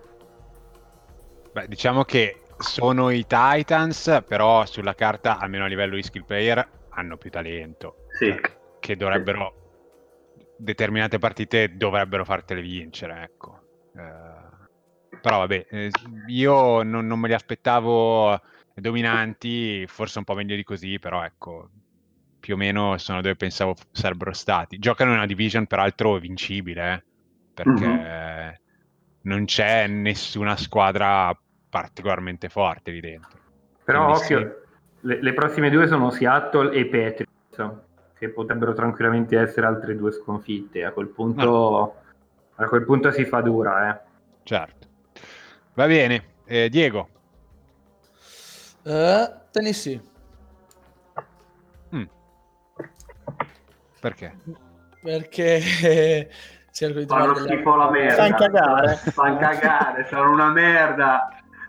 Beh, diciamo che sono i Titans, però sulla carta, almeno a livello di skill player, hanno più talento, sì. che dovrebbero determinate partite dovrebbero fartele vincere, ecco. Eh, però vabbè, eh, io non, non me li aspettavo dominanti, forse un po' meglio di così, però ecco, più o meno sono dove pensavo sarebbero stati. Giocano in una division peraltro vincibile, eh, perché mm-hmm. non c'è nessuna squadra particolarmente forte lì dentro. Però Quindi occhio, sì. le, le prossime due sono Seattle e Patriots, che potrebbero tranquillamente essere altre due sconfitte. A quel punto, ah. a quel punto si fa dura, eh. Certo. Va bene, eh, Diego. Uh, Tennessee. Mm. Perché? Perché cerco di fanno trovare schifo la merda. Fan cagare. Fan cagare, sono una merda.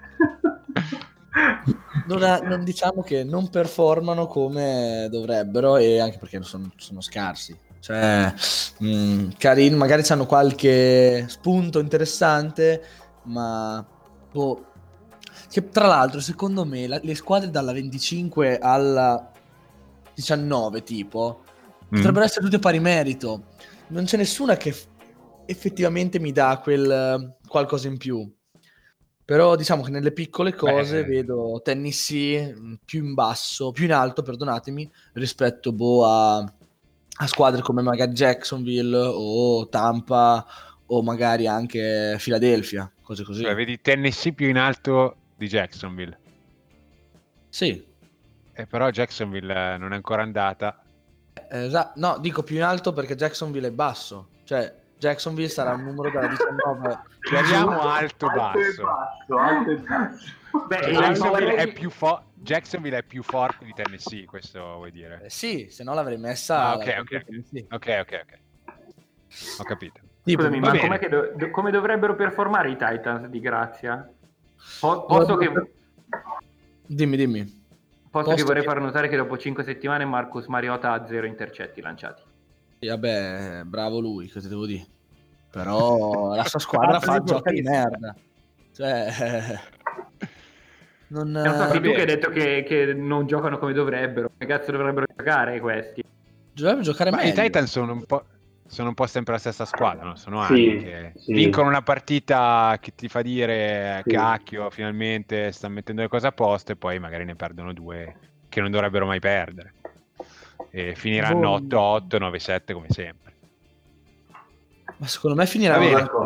Non, ha, non diciamo che non performano come dovrebbero, e anche perché sono, sono scarsi. Cioè, mh, Karin magari hanno qualche spunto interessante, ma boh. Che tra l'altro, secondo me, la, le squadre dalla venticinque alla diciannove, tipo, mm. potrebbero essere tutte pari merito. Non c'è nessuna che f- effettivamente mi dà quel uh, qualcosa in più. Però diciamo che nelle piccole cose Beh. vedo Tennessee più in basso, più in alto, perdonatemi, rispetto boh, a, a squadre come magari Jacksonville o Tampa o magari anche Philadelphia, cose così. Cioè, vedi Tennessee più in alto di Jacksonville? Sì. E però Jacksonville non è ancora andata. Esatto, no, dico più in alto perché Jacksonville è basso, cioè Jacksonville sarà un numero da diciannove. Chiariamo alto basso. Alto alto e basso. Beh, Jacksonville è più fo- Jacksonville è più forte di Tennessee, questo vuoi dire? Eh sì, se no l'avrei messa. Ah, ok, ok, ok, ok, ok. Ho capito. Scusami, ma com'è che do- do- come dovrebbero performare i Titans di Grazia? Po- posso che... Dimmi, dimmi. Posso, posso che vorrei che... far notare che dopo cinque settimane Marcus Mariota ha zero intercetti lanciati. Sì, vabbè, bravo lui, cosa devo dire. Però la sua squadra fa giochi di merda. Cioè... Non, non so, sei tu che hai detto che, che non giocano come dovrebbero. Che cazzo dovrebbero giocare questi? Dovrebbero giocare Ma meglio. i Titans sono un po'... sono un po' sempre la stessa squadra, no? Sono sì, anni che sì. vincono una partita che ti fa dire sì. cacchio, finalmente stanno mettendo le cose a posto, e poi magari ne perdono due che non dovrebbero mai perdere. E finiranno oh. otto otto, nove sette come sempre. Ma secondo me finiranno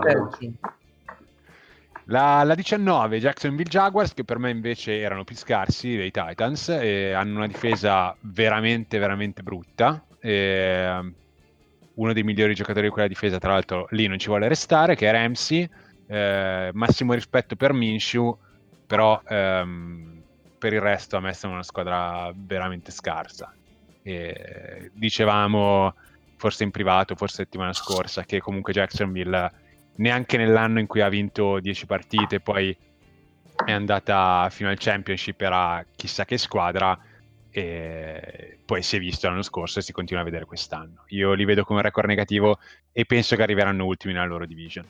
la, la diciannove Jacksonville Jaguars, che per me invece erano più scarsi dei Titans, e hanno una difesa veramente veramente brutta. E uno dei migliori giocatori di quella difesa, tra l'altro, lì non ci vuole restare, che è Ramsey. Eh, massimo rispetto per Minshew, però ehm, per il resto a me sembra una squadra veramente scarsa. E dicevamo forse in privato, forse settimana scorsa, che comunque Jacksonville neanche nell'anno in cui ha vinto dieci partite, poi è andata fino al championship, era chissà che squadra, e poi si è visto l'anno scorso e si continua a vedere quest'anno. Io li vedo come un record negativo e penso che arriveranno ultimi nella loro division.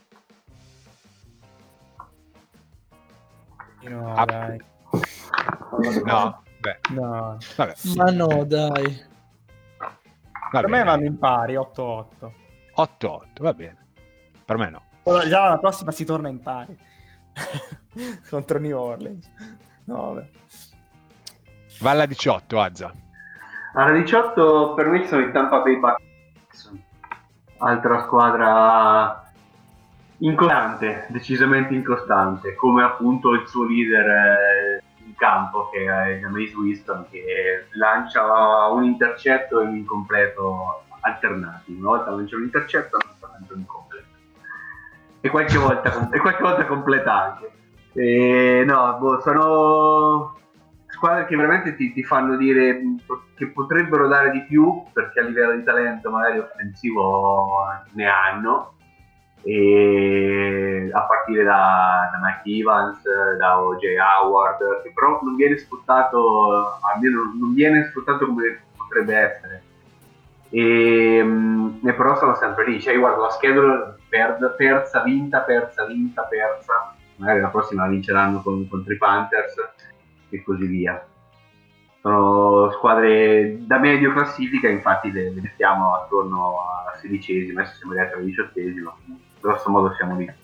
No, ah, dai. No, beh. No. Vabbè. Ma no, dai. Va per bene. Me vanno in pari, otto otto. otto otto, va bene. Per me no. Allora, già la prossima si torna in pari. Contro New Orleans. No, vabbè. Va alla diciotto, Azza. Alla diciotto per me sono i Tampa Bay Buccaneers, altra squadra incostante, decisamente incostante, come appunto il suo leader eh, in campo, che è Jameis Winston, che lancia un intercetto e un incompleto alternati. Una volta lancia un intercetto, un'altra lancia un incompleto, e qualche volta, e qualche volta completa anche. E, no, boh, sono squadre che veramente ti, ti fanno dire che potrebbero dare di più, perché a livello di talento magari offensivo ne hanno, e a partire da, da Mike Evans, da O J Howard, che però non viene sfruttato, almeno non viene sfruttato come potrebbe essere, e, e però sono sempre lì. Cioè io guardo la schedule, per, persa, vinta, persa, vinta, persa, magari la prossima la vinceranno con, contro i Panthers e così via. sono squadre da medio classifica, infatti le, le mettiamo attorno alla sedicesima, adesso siamo arrivati alla diciottesima, grosso modo siamo lì.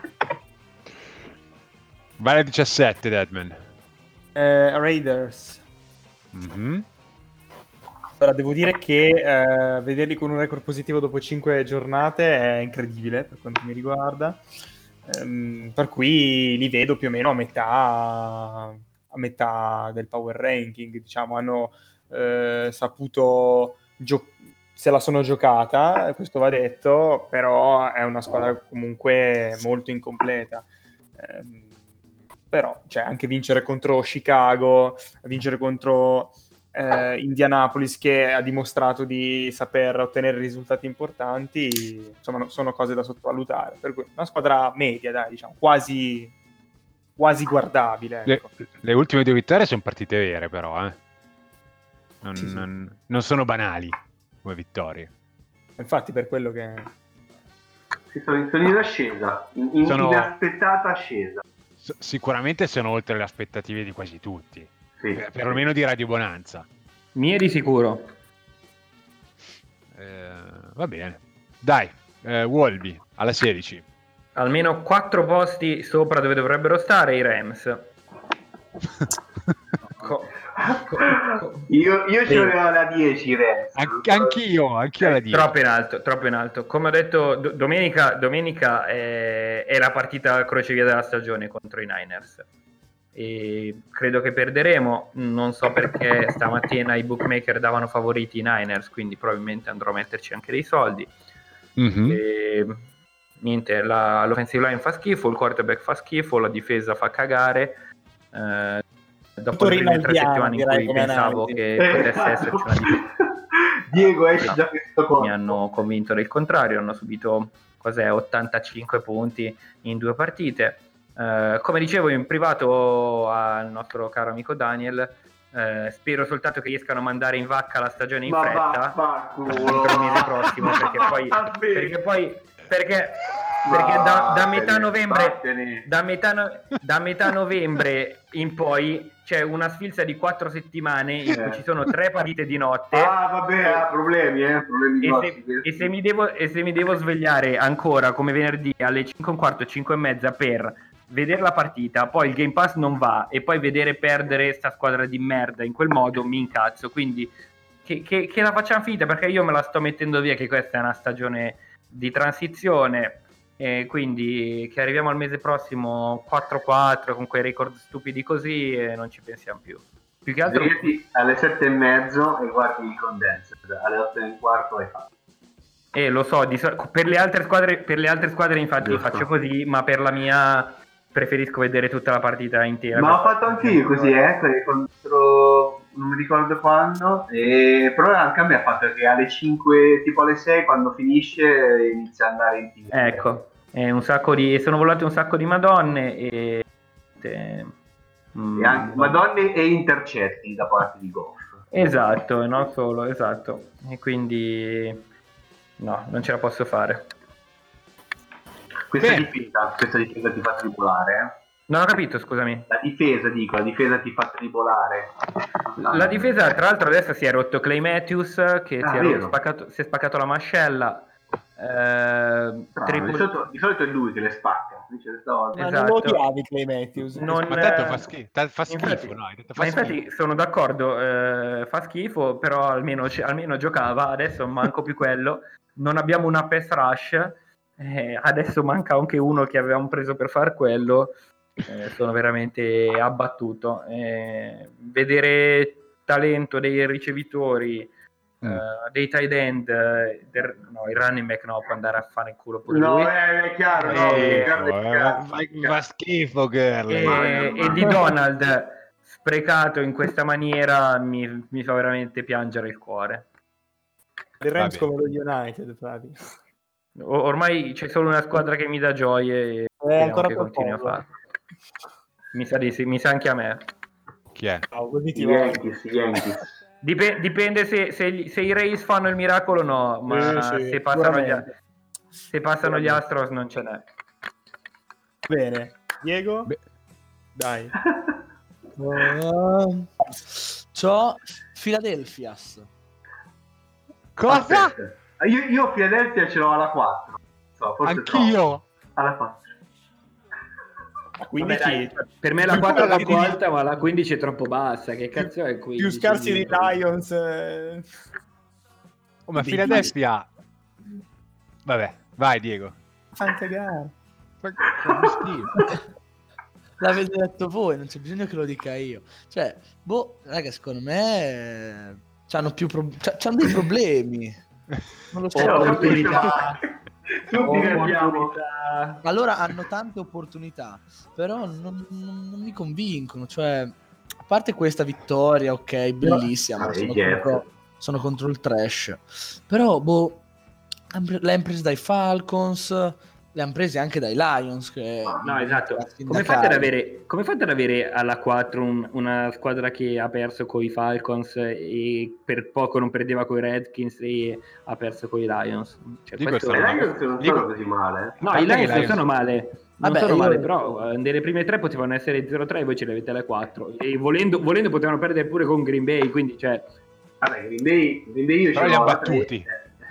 Vai alla diciassette, Deadman. Eh, Raiders. Mm-hmm. Allora, devo dire che eh, vederli con un record positivo dopo cinque giornate è incredibile per quanto mi riguarda, ehm, per cui li vedo più o meno a metà, a metà del power ranking, diciamo, hanno eh, saputo gio- se la sono giocata, questo va detto, però è una squadra comunque molto incompleta. Ehm, però, cioè, anche vincere contro Chicago, vincere contro eh, Indianapolis, che ha dimostrato di saper ottenere risultati importanti, insomma, sono cose da sottovalutare. Per cui una squadra media, dai, diciamo, quasi, quasi guardabile. Ecco. Le, le ultime due vittorie sono partite vere, però, eh. Non, Sì, sì. non, non sono banali come vittorie. Infatti, per quello che... Sì, sono, sono in ascesa, in, in Sono- inaspettata ascesa. S- sicuramente sono oltre le aspettative di quasi tutti, Sì, per, perlomeno di Radio Bonanza. Mie di sicuro. Eh, va bene. Dai, eh, Wolby, alla sedici. Almeno quattro posti sopra dove dovrebbero stare i Rams. Co- co- co- Io, io Sì. ce l'avevo alla dieci, Rams. An- anch'io, anch'io alla dieci. Troppo in alto, troppo in alto. Come ho detto, do- domenica, domenica è, è la partita crocevia della stagione contro i Niners. E credo che perderemo. Non so perché stamattina i bookmaker davano favoriti i Niners, quindi probabilmente andrò a metterci anche dei soldi. Mhm. E, niente, la- l'offensive line fa schifo, il quarterback fa schifo, la difesa fa cagare. Eh, dopo le prime tre rinaldiano, settimane in direi, cui come pensavo analisi. che Eh, potesse esatto. esserci una difesa, Diego esce No. da questo corpo. mi hanno convinto del contrario, hanno subito cos'è, ottantacinque punti in due partite. Eh, come dicevo in privato al nostro caro amico Daniel, eh, spero soltanto che riescano a mandare in vacca la stagione in Ma fretta vaffanculo. entro il mese prossimo, perché poi Vabbè. perché poi perché, perché da, da metà Vattene, novembre vattene. da metà, no- da metà novembre in poi c'è una sfilza di quattro settimane in cui Eh. ci sono tre partite di notte. Ah, vabbè, ha problemi, eh, problemi E grossi se, questi. e se mi devo, e se mi devo svegliare ancora come venerdì alle cinque e un quarto, cinque e mezza per vedere la partita, poi il Game Pass non va e poi vedere perdere sta squadra di merda in quel modo, mi incazzo. Quindi che, che, che la facciamo finita, perché io me la sto mettendo via che questa è una stagione di transizione, e quindi che arriviamo al mese prossimo quattro quattro con quei record stupidi così e non ci pensiamo più. Più che altro Svegliati alle sette e mezzo e guardi il condenser, alle otto e un quarto hai fatto. Eh, lo so, di so- per le altre squadre, per le altre squadre infatti Giusto. faccio così, ma per la mia preferisco vedere tutta la partita intera. Ma ho fatto anche io così, eh, contro non mi ricordo quando, e però anche a me ha fatto che alle cinque, tipo alle sei, quando finisce inizia ad andare in tiro. Ecco, è un sacco di, sono volate un sacco di madonne e, e, mm, E anche madonne e intercetti da parte di Goff. esatto, e non solo, esatto. E quindi no, non ce la posso fare. Questa Bene. difesa, questa difesa ti fa tribolare, eh. Non ho capito, scusami. La difesa, dico, la difesa ti fa tribolare. La difesa, tra l'altro, adesso si è rotto Clay Matthews, che Ah, si, è vero. spaccato, si è spaccato la mascella. Eh, Bravo, Triple- di, solito, di solito è lui che le spacca, invece stavolta- Ma Esatto. non lo odiavi Clay Matthews? Non- Ma tanto eh, fa schifo, ta- fa schifo, infatti- no? Hai detto Ma fa infatti schifo. sono d'accordo, eh, fa schifo, però almeno, c- almeno giocava, adesso manco più quello. Non abbiamo una pass rush, eh, adesso manca anche uno che avevamo preso per far quello. Eh, sono veramente abbattuto. Eh, vedere talento dei ricevitori, Mm. eh, dei tight end, eh, del- no, il running back no, può andare a fare in culo pure No, lui. è, è chiaro, no, Eh, guarda, è Eh, chiaro. fa, fa schifo, girl. e, Mamma mia. e di Donald sprecato in questa maniera mi, mi fa veramente piangere il cuore. Il Rams Va bene. come lo United, Flavio. O- ormai c'è solo una squadra che mi dà gioie e speriamo ancora che per continui a poco. farlo. Mi sa di sì, mi sa anche a me. Chi è? Ciao, così I ti voglio. Yankees, i Yankees. Dip- dipende se, se, gli- se i Rays fanno il miracolo o no, ma Sì, sì, se, passano gli, sicuramente. se passano gli Sicuramente. Astros non ce n'è. Bene. Diego? Beh. Dai. Uh, c'ho Philadelphias. Cosa? Aspetta. Io, io Philadelphia ce l'ho alla quattro. So, forse Anch'io. troppo. Alla quattro. quindici Vabbè, dai, per me la quattro è troppo alta, ma la quindici è troppo bassa. Che cazzo è quindici? più scarsi dei Lions. Eh... Oh, ma Philadelphia. Vabbè, vai Diego. Fan cagare. L'avete detto voi, non c'è bisogno che lo dica io. Cioè, boh, raga, secondo me c'hanno più pro- c'hanno dei problemi. Non lo so. Opportunità. Opportunità. Allora hanno tante opportunità, però non, non, non mi convincono. Cioè, a parte questa vittoria, ok, bellissima, ma sono contro, sono contro il trash. Però, boh, le hanno prese dai Falcons, le hanno prese anche dai Lions. Che no, esatto. Come fate ad avere, come fate ad avere alla quattro un, una squadra che ha perso con i Falcons e per poco non perdeva con i Redskins e ha perso con i Lions? Cioè, Dico, questo... I Lions non Dico... sono così male. No, i Lions non sono male. Non Vabbè, sono io... male, però nelle prime tre potevano essere zero tre e voi ce le avete alle quattro. E volendo, volendo potevano perdere pure con Green Bay, quindi cioè... Vabbè, Green Bay, Green Bay io però ce li ha l'ho battuti.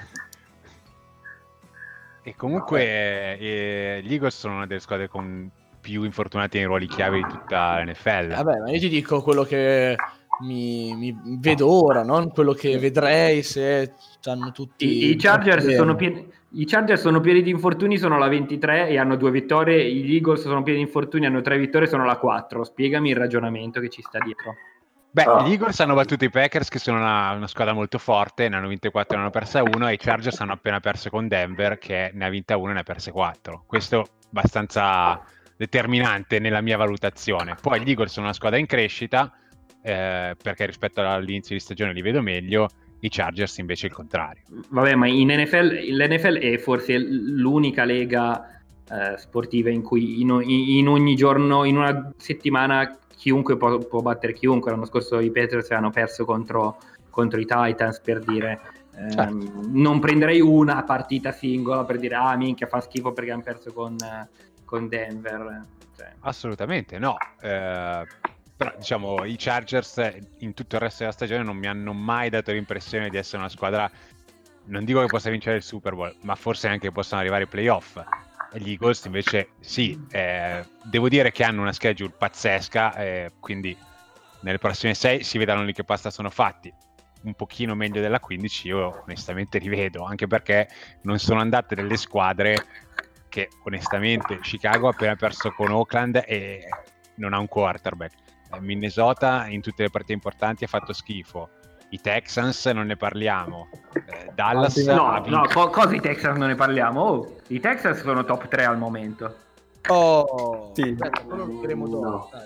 E comunque eh, gli Eagles sono una delle squadre con più infortunati nei ruoli chiave di tutta l'N F L. Vabbè, ma io ti dico quello che mi, mi vedo ora, non quello che vedrei se hanno tutti... I, i, Chargers sono pieni, I Chargers sono pieni di infortuni, sono la ventitré e hanno due vittorie. Gli Eagles sono pieni di infortuni, hanno tre vittorie, sono la quattro. Spiegami il ragionamento che ci sta dietro. Beh, oh. gli Eagles hanno battuto i Packers, che sono una, una squadra molto forte, ne hanno vinte quattro e ne hanno persa uno, e i Chargers hanno appena perso con Denver, che ne ha vinta uno e ne ha perse quattro. Questo è abbastanza determinante nella mia valutazione. Poi gli Eagles sono una squadra in crescita, eh, perché rispetto all'inizio di stagione li vedo meglio, i Chargers invece il contrario. Vabbè, ma in N F L, l'N F L è forse l'unica lega eh, sportiva in cui in, in ogni giorno, in una settimana, chiunque può, può battere chiunque. L'anno scorso i Patriots hanno perso contro, contro i Titans, per dire. Eh, certo. Non prenderei una partita singola per dire ah minchia fa schifo perché hanno perso con, con Denver, cioè. Assolutamente no, eh, però diciamo i Chargers in tutto il resto della stagione non mi hanno mai dato l'impressione di essere una squadra, non dico che possa vincere il Super Bowl, ma forse anche che possano arrivare ai playoff. Gli Eagles invece sì, eh, devo dire che hanno una schedule pazzesca, eh, quindi nelle prossime sei si vedranno lì che pasta sono fatti. Un pochino meglio della quindici io onestamente li vedo, anche perché non sono andate delle squadre che onestamente Chicago ha appena perso con Oakland e non ha un quarterback. Minnesota in tutte le partite importanti ha fatto schifo. I Texans non ne parliamo. Eh, Dallas no, no, co- cosa i Texans non ne parliamo? Oh, i Texans sono top tre al momento. Oh, sì. Aspetta, quello lo diremo dopo. No. Dai.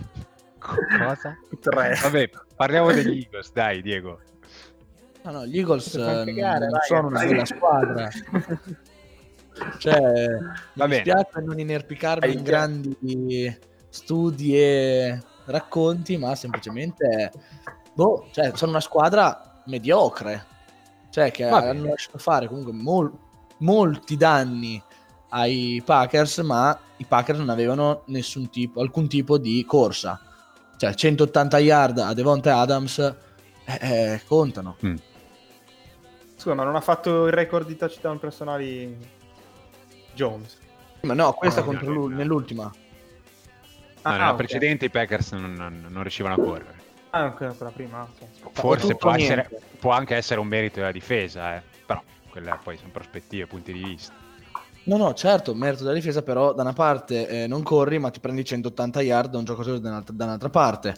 Cosa? tre. Vabbè, parliamo degli Eagles, dai Diego. No, no, gli Eagles eh, cagare, non raga, sono una raga. bella squadra. Cioè, Va mi bene. dispiace non inerpicarmi in grandi studi e racconti, ma semplicemente boh, cioè, sono una squadra mediocre, cioè che Va hanno bene. lasciato fare comunque mol- molti danni ai Packers, ma i Packers non avevano nessun tipo, alcun tipo di corsa, cioè centottanta yard a Devontae Adams eh, eh, contano. Mm. Scusa, ma non ha fatto il record di touchdown personali Jones? Ma no, questa No, contro no, l'u- no. nell'ultima. No, Ah, nella ah, ok. precedente i Packers non, non- non riuscivano a correre. Ah, ok, quella prima. ok. Forse tutto può, o essere, niente. può anche essere un merito della difesa, eh. Però quelle poi sono prospettive, punti di vista. No, no, certo, merito della difesa, però da una parte eh, non corri, ma ti prendi centottanta yard da un giocatore da un'altra, da un'altra parte.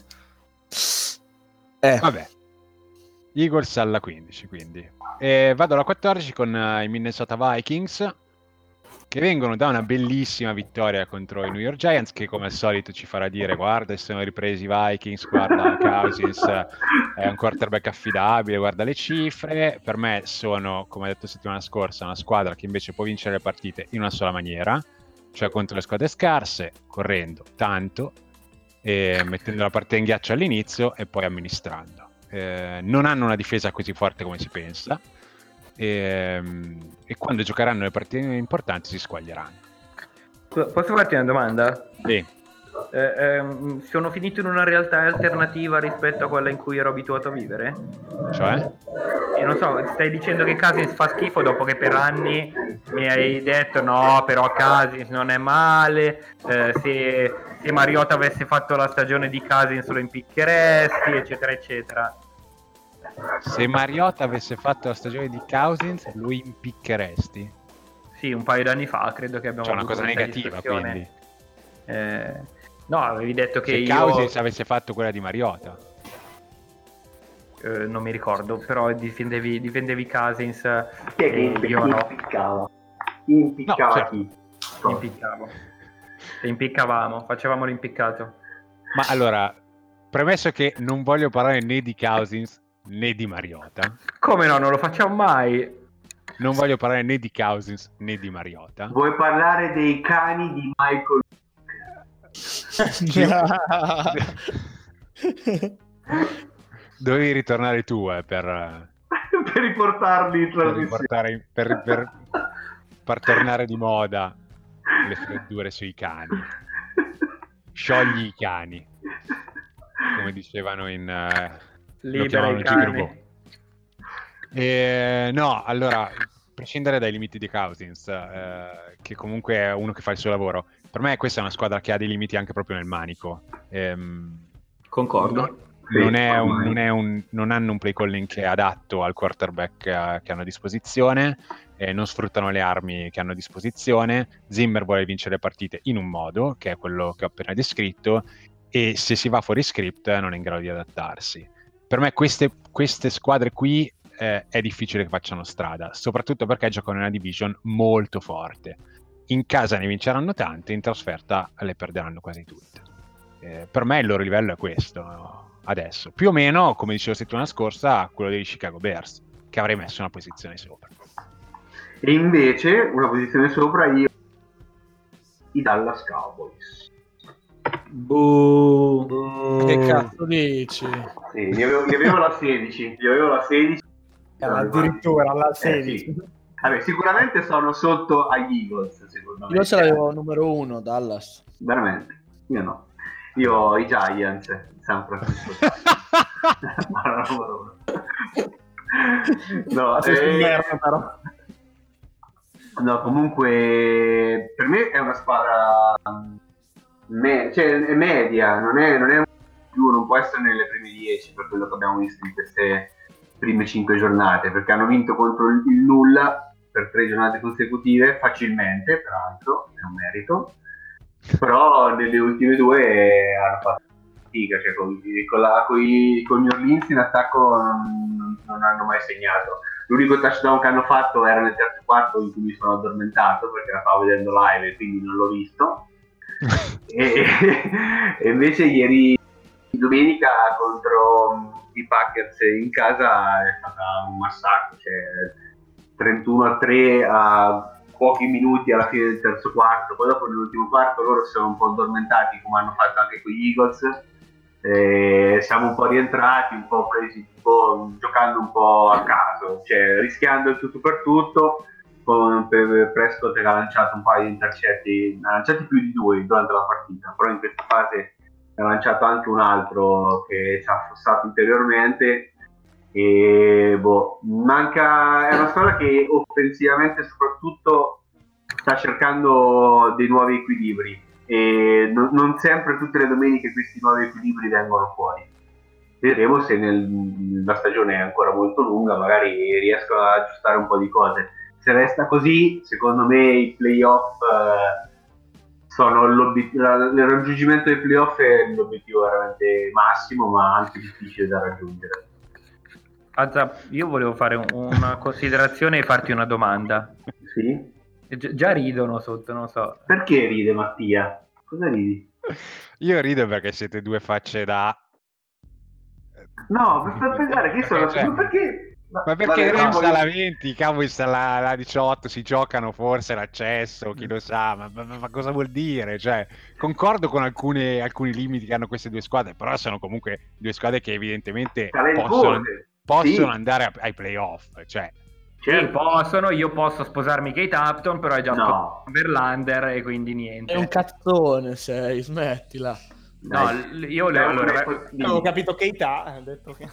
Eh, Vabbè, Eagles alla quindici, quindi. E vado alla quattordici con eh, i Minnesota Vikings, che vengono da una bellissima vittoria contro i New York Giants, che come al solito ci farà dire guarda, si sono ripresi i Vikings, guarda Cousins è un quarterback affidabile, guarda le cifre. Per me sono, come detto settimana scorsa, una squadra che invece può vincere le partite in una sola maniera, cioè contro le squadre scarse, correndo tanto, e mettendo la partita in ghiaccio all'inizio e poi amministrando. Eh, non hanno una difesa così forte come si pensa, e, e quando giocheranno le partite importanti si squaglieranno. Posso farti una domanda? Sì. eh, ehm, sono finito in una realtà alternativa rispetto a quella in cui ero abituato a vivere? Cioè? E non so, stai dicendo che Cousins fa schifo dopo che per anni mi hai detto no, però Cousins non è male, eh, se, se Mariota avesse fatto la stagione di Cousins lo impiccheresti, eccetera, eccetera. Se Mariota avesse fatto la stagione di Cousins lo impiccheresti? Sì, un paio d'anni fa credo che abbiamo C'è una avuto cosa questa negativa, discussione. quindi. Eh, no, avevi detto che Se io... Cousins avesse fatto quella di Mariota. Eh, non mi ricordo, però difendevi, difendevi Cousins. Chi è che e imp- io chi no. impiccava? Chi impiccava No, certo. chi? Impiccavo. E impiccavamo, facevamo l'impiccato. Ma allora, premesso che non voglio parlare né di Cousins né di Mariota, Come no, non lo facciamo mai. non voglio parlare né di Cousins né di Mariota. Vuoi parlare dei cani di Michael? Dovevi ritornare tu eh, per, per riportarli in per, trasmissione. riportare, per, per far tornare di moda le freddure sui cani. Sciogli i cani, come dicevano in uh, Libera i cani. E, no, allora, prescindere dai limiti di Cousins, eh, che comunque è uno che fa il suo lavoro, per me questa è una squadra che ha dei limiti anche proprio nel manico. Ehm, Concordo. non, è un, non, è un, non hanno un play calling che è adatto al quarterback eh, che hanno a disposizione, eh, non sfruttano le armi che hanno a disposizione. Zimmer vuole vincere le partite in un modo, che è quello che ho appena descritto, e se si va fuori script non è in grado di adattarsi. Per me queste, queste squadre qui eh, è difficile che facciano strada, soprattutto perché giocano in una division molto forte. In casa ne vinceranno tante, in trasferta le perderanno quasi tutte. Eh, per me il loro livello è questo, no? Adesso. Più o meno, come dicevo la settimana scorsa, quello dei Chicago Bears, che avrei messo una posizione sopra. E invece, una posizione sopra io, i Dallas Cowboys. Buh. Che cazzo dici? Sì, gli avevo, gli avevo la sedici, gli avevo la sedici. Eh, addirittura la sedici. Eh, sì. Vabbè, sicuramente sono sotto agli Eagles, secondo me. Io ce l'avevo numero uno, Dallas. Veramente? Io no. Io ho i Giants, San Francisco. No, eh, però. no, comunque per me è una squadra me- cioè, è media, non è, non è più, non può essere nelle prime dieci per quello che abbiamo visto in queste prime cinque giornate, perché hanno vinto contro il nulla per tre giornate consecutive, facilmente, peraltro, è un merito, però nelle ultime due hanno fatto fatica, cioè con, con, la, con, i, con New Orleans in attacco non, non hanno mai segnato. L'unico touchdown che hanno fatto era nel terzo quarto, in cui mi sono addormentato perché la stavo vedendo live e quindi non l'ho visto. e, e invece ieri domenica contro i Packers in casa è stata un massacro, cioè trentuno a tre a pochi minuti alla fine del terzo quarto. Poi dopo nell'ultimo quarto loro si sono un po' addormentati, come hanno fatto anche con gli Eagles, e siamo un po' rientrati, un po' presi, un po' giocando un po' a caso, cioè rischiando il tutto per tutto. Con Prescott che ha lanciato un paio di intercetti, ha lanciati più di due durante la partita, però in questa fase ha lanciato anche un altro che ci ha affossato ulteriormente. E boh, manca, è una squadra che offensivamente soprattutto sta cercando dei nuovi equilibri e non, non sempre tutte le domeniche questi nuovi equilibri vengono fuori. Vedremo se nel, la stagione è ancora molto lunga, magari riescono ad aggiustare un po' di cose. Se resta così, secondo me i playoff eh, sono l'obiettivo, il raggiungimento dei playoff è l'obiettivo veramente massimo, ma anche difficile da raggiungere. Azza, io volevo fare un, una considerazione e farti una domanda. Sì? Gi- già ridono sotto, non so. Perché ride Mattia? Cosa ridi? Io rido perché siete due facce da... No, per, per pensare che sono... Cioè, perché... Ma perché Vabbè, Rams poi... alla venti, i Cowboys alla, alla diciotto, si giocano forse l'accesso, chi lo sa, ma, ma, ma cosa vuol dire? Cioè, concordo con alcune, alcuni limiti che hanno queste due squadre, però sono comunque due squadre che evidentemente possono, possono sì. andare a, ai playoff, cioè Sì, possono, io posso sposarmi Kate Upton, però è già No. sposato Verlander e quindi niente. È un cazzone sei, smettila. No, l- io le, allora, Avevo capito Keita, ha detto che...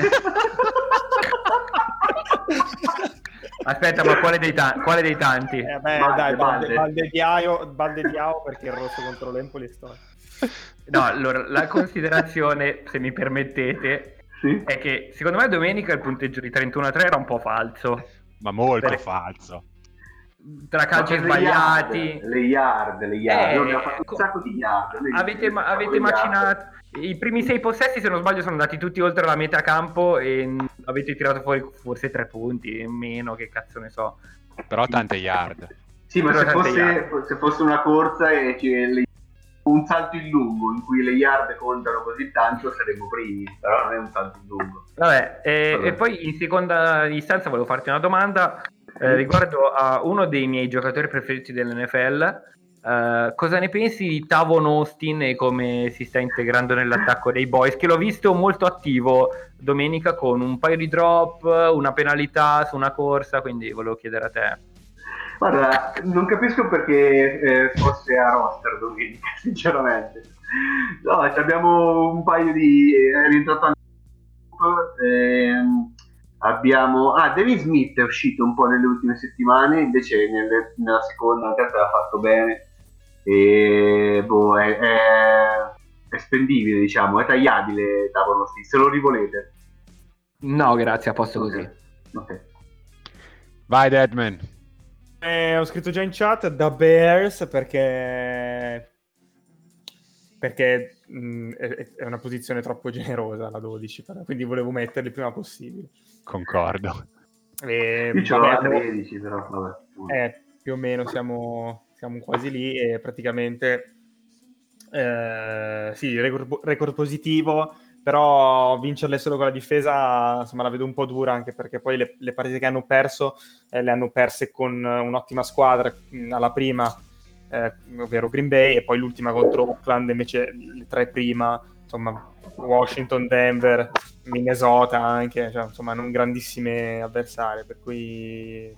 Aspetta, ma quale dei, ta- quale dei tanti? Eh beh, Balde, dai, Balde, Balde. Balde Diao, Balde Diao perché il rosso contro l'Empoli sto. No, allora, la considerazione, se mi permettete, Sì? è che secondo me domenica il punteggio di trentuno a tre era un po' falso. Ma molto Per- falso. Tra calci Ma per le sbagliati. yard, le yard, le yard. Eh, Noi abbiamo fatto co- un sacco di yard. Noi Avete, ma- facciamo avete le yard. macinato i primi sei possessi, se non sbaglio, sono andati tutti oltre la metà campo e n- avete tirato fuori forse tre punti in meno, che cazzo ne so. Però tante yard. Sì, ma Però se tante fosse, yard. se fosse una corsa e c'è le- un salto in lungo in cui le yard contano così tanto, saremmo primi. Però non è un salto in lungo. Vabbè, e, Vabbè. e poi in seconda istanza volevo farti una domanda eh, riguardo a uno dei miei giocatori preferiti dell'N F L. Eh, cosa ne pensi di Tavon Austin e come si sta integrando nell'attacco dei Boys? Che l'ho visto molto attivo domenica con un paio di drop, una penalità su una corsa, quindi volevo chiedere a te. Guarda, non capisco perché eh, fosse a roster domenica, sinceramente. No, abbiamo un paio di... è rientrato anche ehm, abbiamo... Ah, David Smith è uscito un po' nelle ultime settimane, invece nelle- nella seconda, la terza l'ha fatto bene. E boh, è, è, è spendibile, diciamo, è tagliabile Tavon Austin, se lo rivolete. No, grazie, a posto così. Ok. Ok. Vai Deadman. Eh, ho scritto già in chat da Bears perché perché mh, è, è una posizione troppo generosa la dodici, però, quindi volevo metterli il prima possibile. Concordo. E, Io ce l'ho vabbè, a hanno- tredici, però vabbè. eh, più o meno siamo, siamo quasi lì e praticamente eh, sì, record, record positivo, però vincerle solo con la difesa insomma la vedo un po' dura, anche perché poi le, le partite che hanno perso eh, le hanno perse con un'ottima squadra mh, alla prima, eh, ovvero Green Bay, e poi l'ultima contro Oakland, invece le tre prima, insomma Washington, Denver, Minnesota anche, cioè, insomma non grandissime avversarie, per cui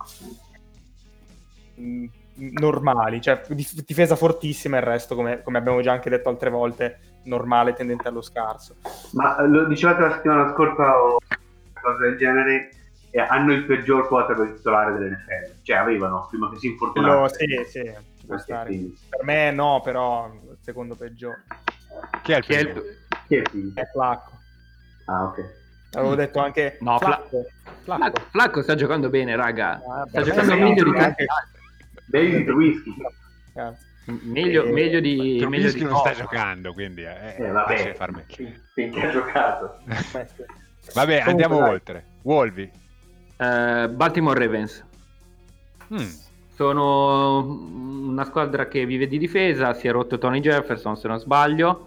mh, normali, cioè dif- difesa fortissima, il resto come, come abbiamo già anche detto altre volte normale, tendente allo scarso. Ma lo dicevate la settimana scorsa o cose del genere, eh, hanno il peggior quarterback titolare dell'N F L, cioè avevano prima che si Quello, infortunasse. sì, sì, ci può Ok, stare. quindi. Per me no, però il secondo peggiore Chi è il Chi è il- primo? Chi è figlio? è Flacco. Ah, ok. Avevo detto anche No, Flacco. Flacco. Flacco, Flacco sta giocando bene, raga. Ah, Sta beh, giocando sì, meglio di anche- tanti. David Whisky. Cazzo. Meglio, Eh, meglio di meglio Trubisky di non sta no. giocando, quindi è Eh, facile vabbè, far meglio. fin- finché ha giocato. Beh, sì. Vabbè, Comunque, andiamo dai. oltre. Wolvi. Eh, Baltimore Ravens. Mm. Sono una squadra che vive di difesa, si è rotto Tony Jefferson se non sbaglio.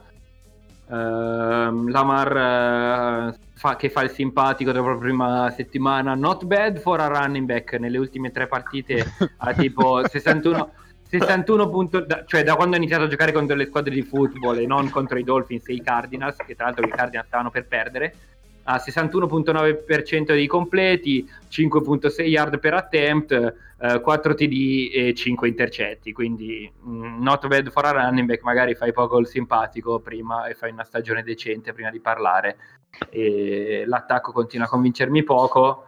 Ehm, Lamar eh, fa, che fa il simpatico dopo la prima settimana, not bad for a running back, nelle ultime tre partite ha tipo sessantuno, sessantuno punti, da, cioè da quando ha iniziato a giocare contro le squadre di football e non contro i Dolphins e i Cardinals, che tra l'altro i Cardinals stavano per perdere, ha sessantuno virgola nove per cento dei completi, cinque virgola sei yard per attempt, eh, quattro T D e cinque intercetti, quindi mh, not bad for a running back. Magari fai poco il simpatico prima e fai una stagione decente prima di parlare, e l'attacco continua a convincermi poco.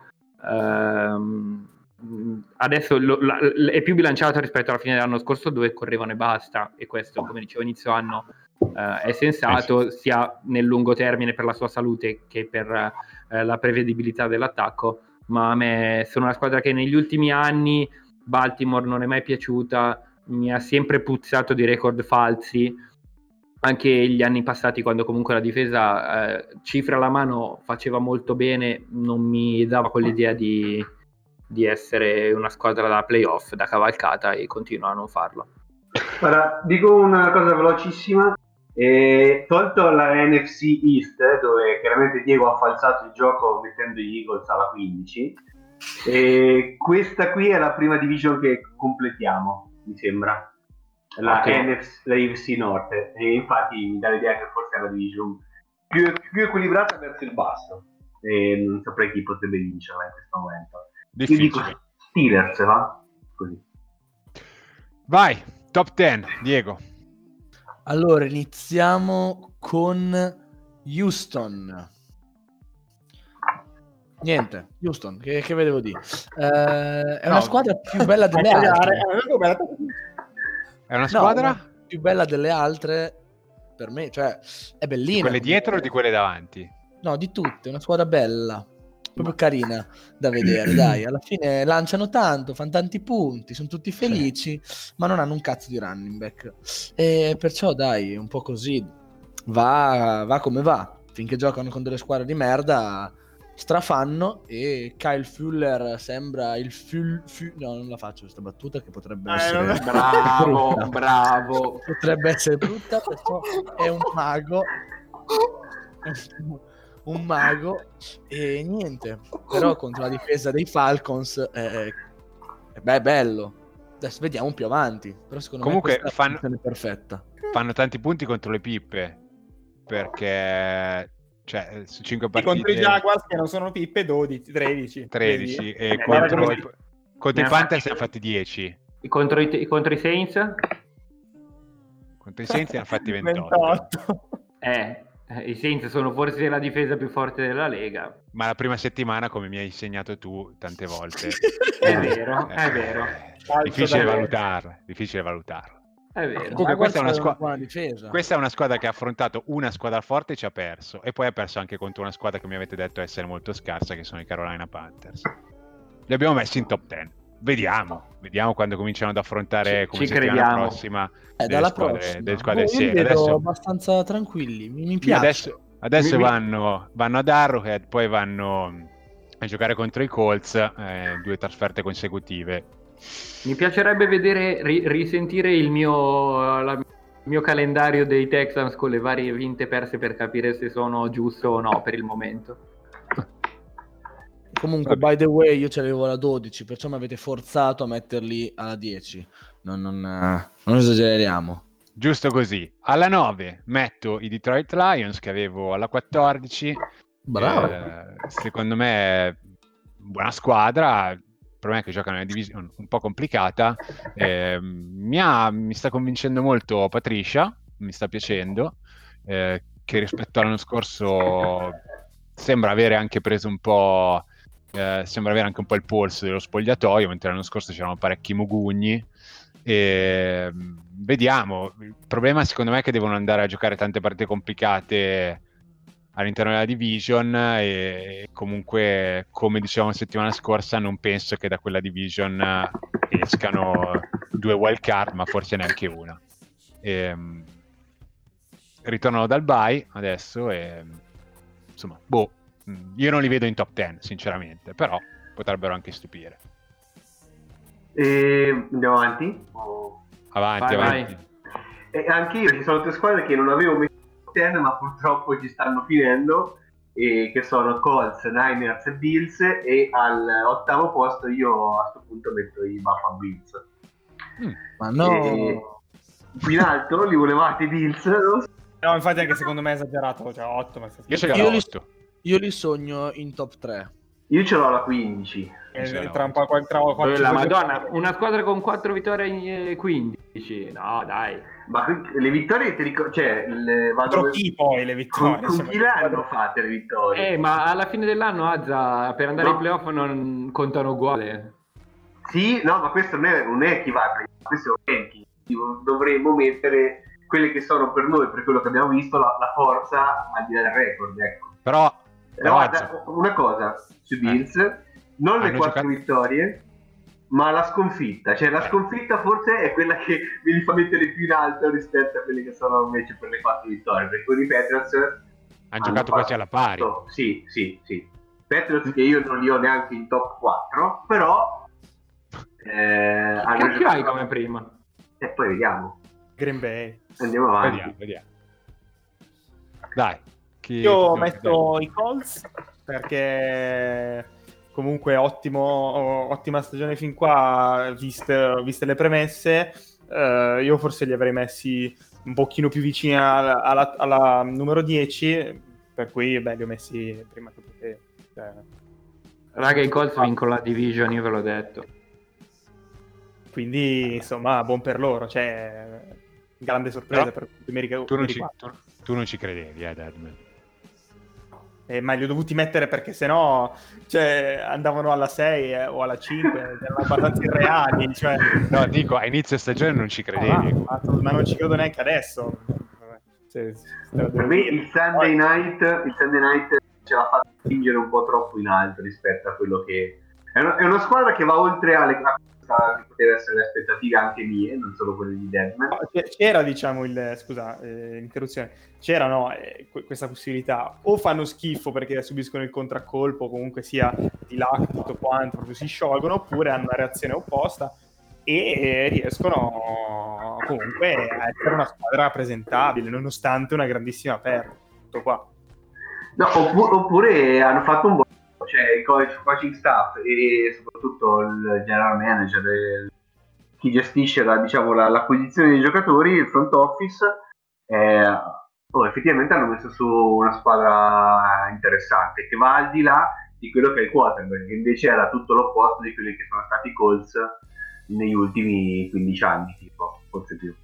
Ehm, adesso lo, la, l- è più bilanciato rispetto alla fine dell'anno scorso, dove correvano e basta, e questo, come dicevo inizio anno, Uh, è sensato sia nel lungo termine per la sua salute che per uh, la prevedibilità dell'attacco. Ma a me sono una squadra che negli ultimi anni Baltimore non è mai piaciuta, mi ha sempre puzzato di record falsi, anche gli anni passati, quando comunque la difesa uh, cifra alla mano faceva molto bene, non mi dava quell'idea di, di essere una squadra da playoff, da cavalcata, e continua a non farlo. Guarda, dico una cosa velocissima. E tolto la N F C East, dove chiaramente Diego ha falsato il gioco mettendo gli Eagles alla quindici, e questa qui è la prima division che completiamo, mi sembra, la, Ottimo. N F C, la A F C North, e infatti mi dà l'idea che forse è la division più, più equilibrata verso il basso, e non saprei chi potrebbe vincerla in questo momento. Difficile. Io dico Steelers, va? Così. Vai, top dieci, Diego. Allora, iniziamo con Houston. Niente, Houston, che, che vedevo dire? Eh, è No. una squadra più bella delle altre. È una squadra? No, più bella delle altre per me, cioè è bellina. Di quelle come- dietro o di quelle davanti? No, di tutte, una squadra bella, proprio carina da vedere, dai. Alla fine lanciano tanto, fanno tanti punti, sono tutti felici, ma non hanno un cazzo di running back. E perciò, dai, un po' così, va, va come va. Finché giocano con delle squadre di merda, strafanno, e Kyle Fuller sembra il ful... fu- no, non la faccio questa battuta che potrebbe Eh, essere non- Bravo, brutta. bravo. Potrebbe essere brutta, perciò è un mago. Un mago e niente, però contro la difesa dei Falcons eh, beh, è bello. Adesso vediamo più avanti, però secondo Comunque me questa fanno- è la perfetta. Fanno tanti punti contro le pippe, perché cioè, su cinque Sì, contro i partite Jaguars che non sono pippe dodici, tredici. tredici Vedi? e Eh, contro, guarda i, come- contro i Ne ha Panthers fatti- ne ha fatti dieci, Contro i, contro i Saints? contro i Saints ne ha fatti ventotto. ventotto. Eh, eh, i Saints sono forse la difesa più forte della Lega. Ma la prima settimana, come mi hai insegnato tu tante volte, È vero, è vero. difficile davvero. valutarla, difficile valutarla. È vero. Comunque Ma questa è una guarda, squadra- buona difesa. Questa è una squadra che ha affrontato una squadra forte e ci ha perso, e poi ha perso anche contro una squadra che mi avete detto essere molto scarsa, che sono i Carolina Panthers. Li abbiamo messi in top dieci. Vediamo, vediamo quando cominciano ad affrontare Ci- come ci settimana crediamo. prossima eh, delle dalla squadre, prossima. delle squadre Boh, io li serie. vedo Adesso, abbastanza tranquilli, mi, mi piace. adesso, adesso Mi- mi- vanno, vanno ad Arrowhead, poi vanno a giocare contro i Colts, eh, due trasferte consecutive. Mi piacerebbe vedere, ri- risentire il mio, la- il mio calendario dei Texans con le varie vinte e perse per capire se sono giusto o no per il momento. Comunque, Vabbè. by the way, io ce l'avevo alla dodici, perciò mi avete forzato a metterli alla dieci. Non, non, eh, non esageriamo. Giusto così. Alla nove metto i Detroit Lions, che avevo alla quattordici. Bravo. Eh, secondo me buona squadra. Il problema è che giocano in una divisione un po' complicata. Eh, mi, ha- mi sta convincendo molto Patricia, mi sta piacendo, eh, che rispetto all'anno scorso sembra avere anche preso un po', eh, sembra avere anche un po' il polso dello spogliatoio, mentre l'anno scorso c'erano parecchi mugugni. E, mh, vediamo. Il problema secondo me è che devono andare a giocare tante partite complicate all'interno della division, e comunque, come dicevamo la settimana scorsa, non penso che da quella division escano due wild card, ma forse neanche una. E, mh, ritornano dal bye adesso e insomma, boh, mh, io non li vedo in top dieci sinceramente, però potrebbero anche stupire. E andiamo avanti? O- Avanti, Vai, avanti. E anche io ci sono tre squadre che non avevo messo in top dieci, ma purtroppo ci stanno finendo, e che sono Colts, Niners e Bills, e all'ottavo posto io a questo punto metto i Buffalo Bills. Mm. Ma no, E in alto li volevate i Bills? No? No, infatti anche secondo me è esagerato, cioè otto, ma Io ce li Io ho li- otto. io li sogno in top tre. Io ce l'ho alla quindici. eh, ce l'ho. tra un po' qual- tra quattro- La Madonna, una squadra con quattro vittorie e quindici. No, dai. Ma qui- le vittorie ti ricordo, cioè le, vado Contro chi poi le con, vittorie? con Siamo- chi le hanno fatte le vittorie? Eh, ma alla fine dell'anno, Azza, per andare No. ai playoff non contano uguale. Sì, no, ma questo non è, non è chi va, questo è un ranking. Dovremmo mettere quelle che sono per noi, per quello che abbiamo visto, la, la forza al di là del record, ecco. Però, No, però guarda, una cosa sui Bills, non le Hanno quattro giocato- vittorie, ma la sconfitta. Cioè la sconfitta forse è quella che mi li fa mettere più in alto rispetto a quelle che sono invece per le quattro vittorie, perché con i Patriots hanno giocato quasi alla pari. Sì, sì, sì. Patriots che io non li ho neanche in top quattro, però eh, hanno Cacchio hai giocato come prima. e poi vediamo. Green Bay. Andiamo avanti. Vediamo, vediamo. Dai. Chi, Io chi- metto i Colts perché comunque ottimo, ottima stagione fin qua, viste, viste le premesse. Eh, io forse li avrei messi un pochino più vicini alla, alla, alla numero dieci, per cui beh, li ho messi prima che potevo. Cioè, Raga, i Colts vincono la division, io ve l'ho detto. Quindi, insomma, buon per loro. Cioè, grande sorpresa. Però per i primi ric- tu, non primi ci, quattro. tu, tu non ci credevi, eh, Deadman. Eh, ma li ho dovuti mettere perché sennò cioè, andavano alla sei eh, o alla cinque, erano abbastanza irreali. Cioè... No, dico, a inizio stagione non ci credevi. Ah, ma, ma non ci credo neanche adesso. Se, se Per me il Sunday night, il Sunday night ce l'ha fatto spingere un po' troppo in alto rispetto a quello che... È una, è una squadra che va oltre alle che poteva essere le aspettative anche mie, non solo quelle di Deadman. C'era, diciamo, il scusa, eh, interruzione, c'era no, eh, questa possibilità, o fanno schifo perché subiscono il contraccolpo, comunque sia di là tutto quanto, proprio si sciolgono, oppure hanno una reazione opposta e riescono comunque a essere una squadra presentabile, nonostante una grandissima perdita. Tutto qua. No, oppure, oppure hanno fatto un buon, cioè il coach, coaching staff e soprattutto il general manager, il, chi gestisce la, diciamo, la, l'acquisizione dei giocatori, il front office, eh, oh, effettivamente hanno messo su una squadra interessante che va al di là di quello che è il quarterback, che invece era tutto l'opposto di quelli che sono stati i Colts negli ultimi quindici anni, tipo, forse più.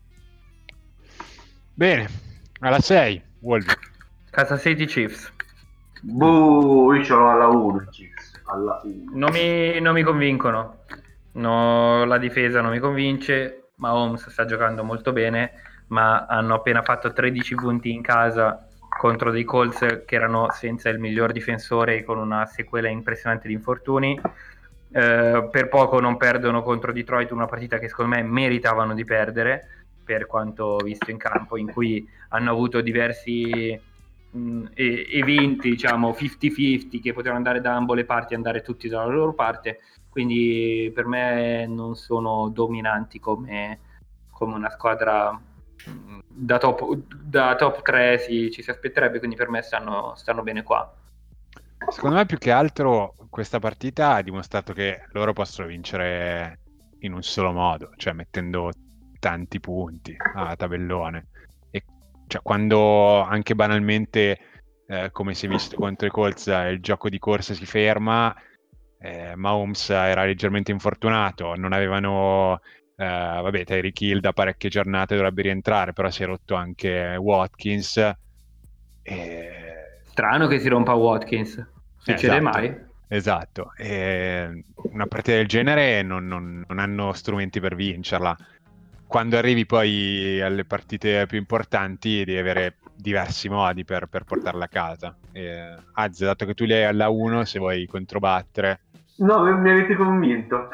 Bene, alla sei, Wolvi. Kansas City Chiefs. Boh, io ce l'ho alla uno, Chiefs, alla uno. Non mi, non mi convincono. No, la difesa non mi convince. Mahomes sta giocando molto bene, ma hanno appena fatto tredici punti in casa contro dei Colts che erano senza il miglior difensore, con una sequela impressionante di infortuni. Eh, per poco non perdono contro Detroit, una partita che secondo me meritavano di perdere, per quanto visto in campo, in cui hanno avuto diversi mh, eventi, diciamo, cinquanta cinquanta, che potevano andare da ambo le parti e andare tutti dalla loro parte. Quindi per me non sono dominanti come, come una squadra mh, da top, da top tre si, ci si aspetterebbe, quindi per me stanno, stanno bene qua. Secondo me più che altro questa partita ha dimostrato che loro possono vincere in un solo modo, cioè mettendo tanti punti a tabellone. E cioè, quando anche banalmente, eh, come si è visto contro i Colts, il gioco di corsa si ferma, eh, Mahomes era leggermente infortunato, non avevano... Uh, vabbè, Tyreek Hill da parecchie giornate dovrebbe rientrare, però si è rotto anche Watkins. E... Strano che si rompa Watkins, succede esatto, mai? Esatto, e una partita del genere non, non, non hanno strumenti per vincerla. Quando arrivi poi alle partite più importanti devi avere diversi modi per, per portarla a casa. E, Az, dato che tu li hai alla uno, se vuoi controbattere... No, mi avete convinto.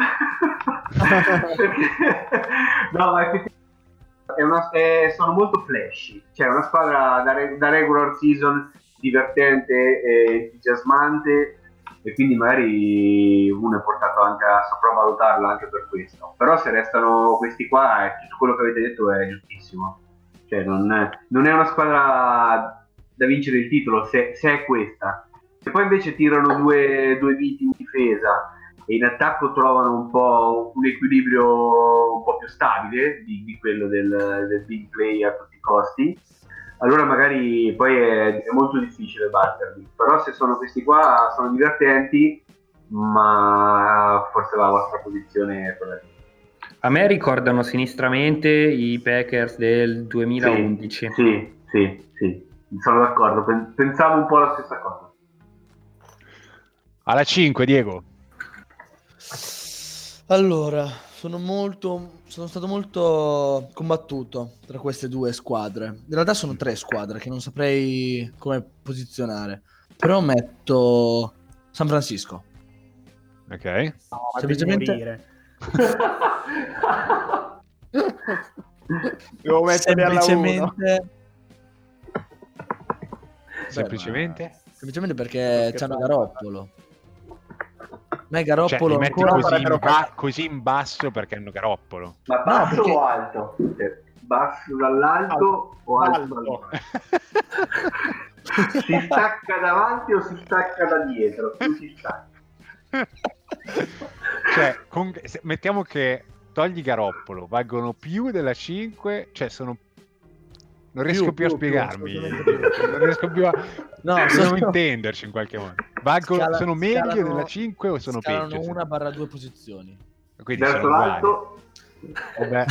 No, ma è una, è, sono molto flashy, cioè una squadra da, re, da regular season divertente e entusiasmante, e quindi magari uno è portato anche a sopravvalutarla anche per questo. Però se restano questi qua, tutto quello che avete detto è giustissimo, cioè non, non è una squadra da vincere il titolo se, se è questa. Se poi invece tirano due, due viti in difesa e in attacco trovano un po' un equilibrio un po' più stabile di, di quello del, del big play a tutti i costi, allora magari poi è, è molto difficile batterli. Però se sono questi qua sono divertenti, ma forse la vostra posizione è quella di... A me ricordano sinistramente i Packers del duemilaundici. Sì, sì, sì, sì. Sono d'accordo, pensavo un po' la stessa cosa. Alla cinque, Diego. Allora, sono molto sono stato molto combattuto tra queste due squadre. In realtà sono tre squadre che non saprei come posizionare, però metto San Francisco. Ok. No, semplicemente devo mettere semplicemente semplicemente Beh, semplicemente perché c'hanno Garoppolo. Ma è Garoppolo, cioè, li metti ancora così in, farebbero... ba- così in basso perché hanno Garoppolo. Ma basso no, perché... o alto? Basso dall'alto alto. O alto, alto. Dal basso? Si stacca davanti o si stacca da dietro? Più si stacca. Cioè, con... mettiamo che togli Garoppolo, valgono più della cinque, cioè sono... Non riesco più, più a spiegarmi, più, non riesco più a... No, dobbiamo sono... intenderci in qualche modo. Valgono, Scala- sono meglio scalano- della cinque o sono scalano peggio? una barra due posizioni. Quindi Verso sono uguali. l'alto. Vabbè.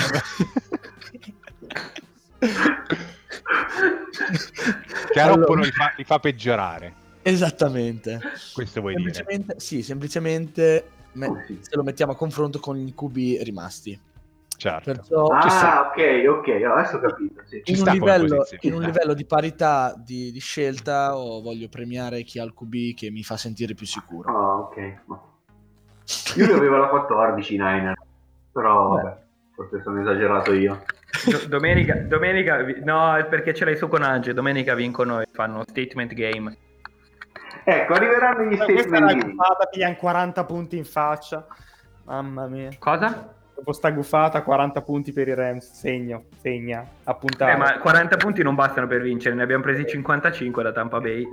Chiaro Allora- li fa, li fa peggiorare. Esattamente. Questo vuoi dire? semplicemente, Sì, semplicemente me- Oh, sì. se lo mettiamo a confronto con i Q B rimasti. Certo. Perciò Ah, Ci sta. ok, ok, adesso ho capito. Sì. Ci in un sta come livello, posizione. in un Ci sta. livello di parità di, di scelta o voglio premiare chi ha il Q B che mi fa sentire più sicuro. Ah, ok. Io li avevo la quattordici Niner, però vabbè, forse sono esagerato io. Do- domenica, domenica, vi- no, perché ce l'hai su con Ange. Domenica vincono e fanno statement game. Ecco, arriveranno gli Questa è statement una game. gufata, pigliano quaranta punti in faccia. Mamma mia. Cosa? Dopo sta gufata, quaranta punti per i Rams. Segno, segna, appuntare. Eh, ma quaranta punti non bastano per vincere, ne abbiamo presi cinquantacinque da Tampa Bay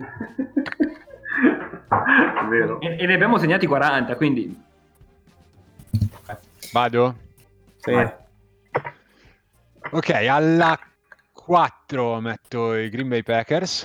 Vero. e, e ne abbiamo segnati quaranta, quindi Vado? Sì. Vai. Ok, alla quattro metto i Green Bay Packers.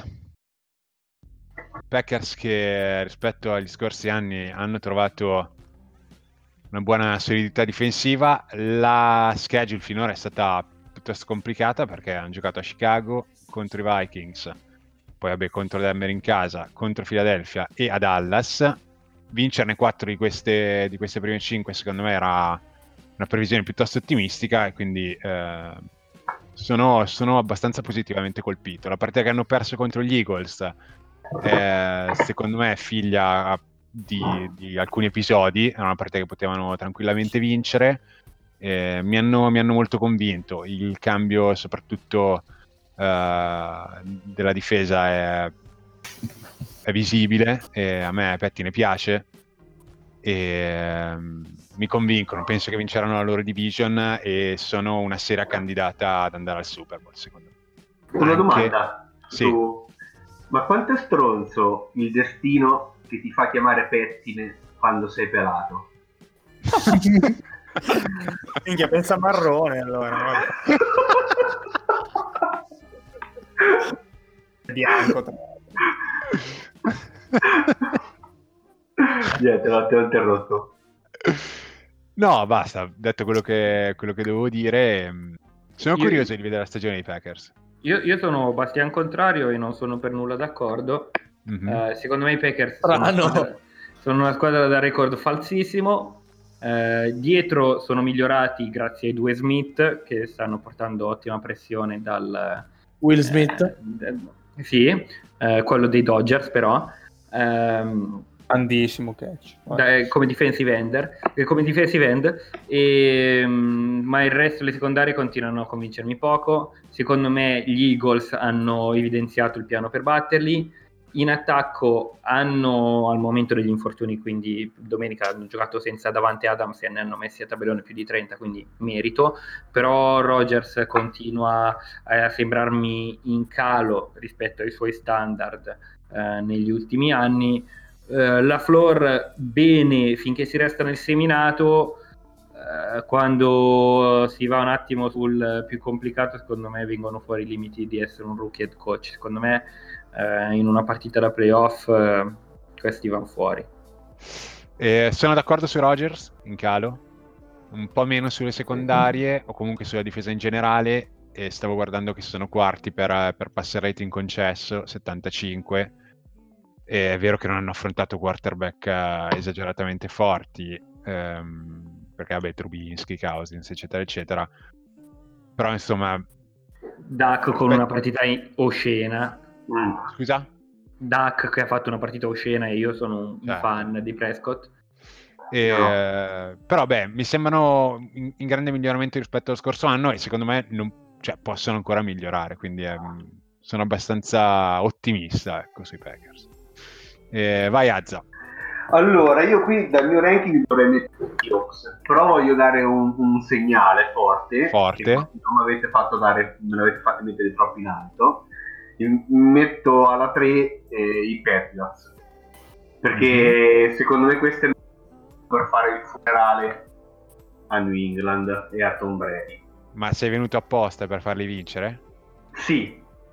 Packers che rispetto agli scorsi anni hanno trovato una buona solidità difensiva. La schedule finora è stata piuttosto complicata perché hanno giocato a Chicago contro i Vikings, poi vabbè contro Denver in casa, contro Philadelphia e a Dallas. Vincerne quattro di queste, di queste prime cinque secondo me era una previsione piuttosto ottimistica e quindi eh, sono, sono abbastanza positivamente colpito. La partita che hanno perso contro gli Eagles eh, secondo me è figlia di, di alcuni episodi, era una partita che potevano tranquillamente vincere. Eh, mi, hanno, mi hanno molto convinto. Il cambio soprattutto eh, della difesa è, è visibile e a me Petty ne piace e um, mi convincono. Penso che vinceranno la loro division e sono una seria candidata ad andare al Super Bowl secondo me. Una Anche- domanda. Sì. Tu- Ma quanto è stronzo il destino che ti fa chiamare pettine quando sei pelato? Minchia, pensa marrone allora. vabbè. Bianco. tra Niente, no, ti ho interrotto. No, basta, detto quello che, quello che dovevo dire. mh, Sono Io- curioso di vedere la stagione dei Packers. io, io sono Bastian contrario e non sono per nulla d'accordo. Mhm. Eh, secondo me i Packers sono una, Strano. squadra, sono una squadra da record falsissimo. Eh, dietro sono migliorati grazie ai due Smith che stanno portando ottima pressione dal Will Smith. eh, d- sì, eh, quello dei Dodgers però. Ehm, Grandissimo catch. da- come defensive ender, eh, come defensive end e, mm, ma il resto le secondarie continuano a convincermi poco. Secondo me gli Eagles hanno evidenziato il piano per batterli. In attacco hanno al momento degli infortuni, quindi domenica hanno giocato senza Davante Adams e ne hanno messi a tabellone più di trenta, quindi merito. Però Rodgers continua a sembrarmi in calo rispetto ai suoi standard eh, negli ultimi anni. Uh, la Floor bene finché si resta nel seminato, uh, quando si va un attimo sul più complicato secondo me vengono fuori i limiti di essere un rookie head coach. Secondo me uh, in una partita da playoff uh, questi vanno fuori. Eh, sono d'accordo su Rodgers in calo, un po' meno sulle secondarie o comunque sulla difesa in generale, e stavo guardando che sono quarti per, per passer rating concesso, settantacinque. E è vero che non hanno affrontato quarterback eh, esageratamente forti, ehm, perché vabbè Trubinsky, Cousins eccetera eccetera, però insomma Dak con Beh. una partita in- oscena. Mm. scusa? Dak che ha fatto una partita oscena e io sono un, un Certo. fan di Prescott. E, No. eh, però beh, mi sembrano in, in grande miglioramento rispetto allo scorso anno e secondo me non, cioè, possono ancora migliorare, quindi ehm, sono abbastanza ottimista ecco sui Packers. Eh, vai Azza. Allora, io qui dal mio ranking dovrei mettere i Seahawks, però voglio dare un, un segnale forte. Forte. Che non mi avete fatto dare, me l'avete fatto mettere troppo in alto. Io metto alla tre eh, i Patriots, perché secondo me questo è il momento per fare il funerale a New England e a Tom Brady. Ma sei venuto apposta per farli vincere? Sì,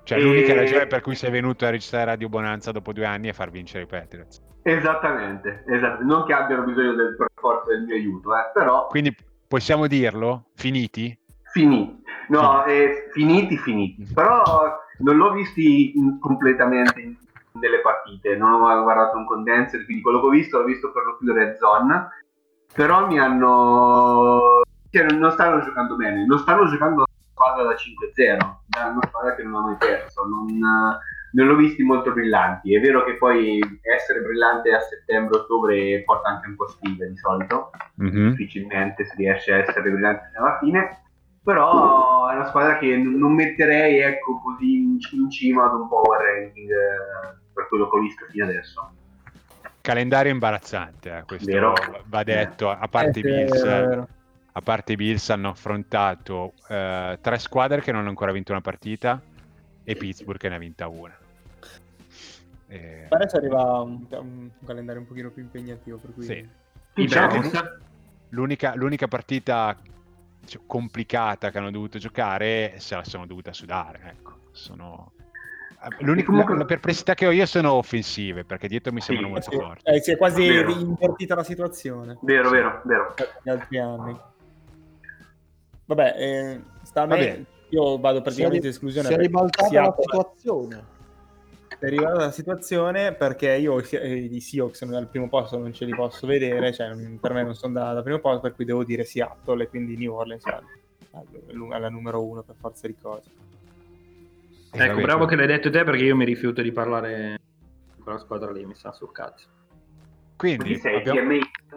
Cioè, E... l'unica ragione per cui sei venuto a registrare Radio Bonanza dopo due anni è far vincere i Patriots. Esattamente, esatto. Non che abbiano bisogno del, per forza del mio aiuto, eh, però... Quindi possiamo dirlo? Finiti? Finiti. No, Finiti. eh, finiti, finiti. Però non l'ho visti in, completamente in, nelle partite, non ho guardato un condenser, quindi quello che ho visto l'ho visto per lo più Red Zone, però mi hanno... Cioè, non stanno giocando bene, non stanno giocando una squadra da cinque zero, da una squadra che non ha mai perso, non, non l'ho visti molto brillanti. È vero che poi essere brillante a settembre-ottobre porta anche un po' sfiga di solito, mm-hmm. difficilmente si riesce a essere brillante alla fine, però è una squadra che non metterei, ecco, così in, in cima ad un power ranking eh, per quello che ho visto fino adesso. Calendario imbarazzante, eh, questo vero. Va detto, a parte i eh, Bills, eh, a parte i Bills hanno affrontato eh, tre squadre che non hanno ancora vinto una partita e Pittsburgh che ne ha vinta una. E... adesso arriva un, un calendario un pochino più impegnativo, per cui... Sì. Diciamo, l'unica, l'unica partita complicata che hanno dovuto giocare se la sono dovuta sudare, ecco. Sono... L'unica comunque... la perplessità che ho io sono offensive, perché dietro mi sembrano sì, molto sì. forti. Eh, si è quasi vero. invertita la situazione. Vero, vero, vero. Negli altri anni. Vabbè, eh, sta a me, Vabbè. Io vado praticamente in esclusione. Si è ribaltata si la apre... situazione. È arrivata la situazione perché io i Seahawks al primo posto non ce li posso vedere, cioè per me non sono da, da primo posto, per cui devo dire Seattle e quindi New Orleans alla numero uno per forza di cose. Ecco, bravo che l'hai detto te, perché io mi rifiuto di parlare con quella squadra lì, mi sta sul cazzo. Quindi sei abbiamo...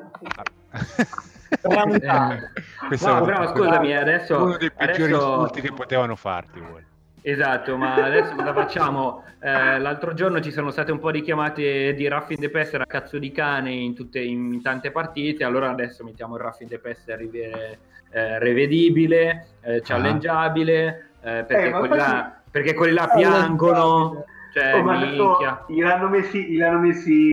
no, però scusami, adesso uno dei peggiori adesso... insulti che potevano farti voi. Esatto, ma adesso cosa facciamo? Eh, l'altro giorno ci sono state un po' di chiamate di Roughing the Passer a cazzo di cane in, tutte, in tante partite, allora adesso mettiamo il Roughing the Passer rive, eh, rivedibile, eh, challengeabile, eh, perché, eh, quelli poi... là, perché quelli là piangono, cioè oh, ma minchia. oh, gliel'hanno messi, gliel'hanno messi...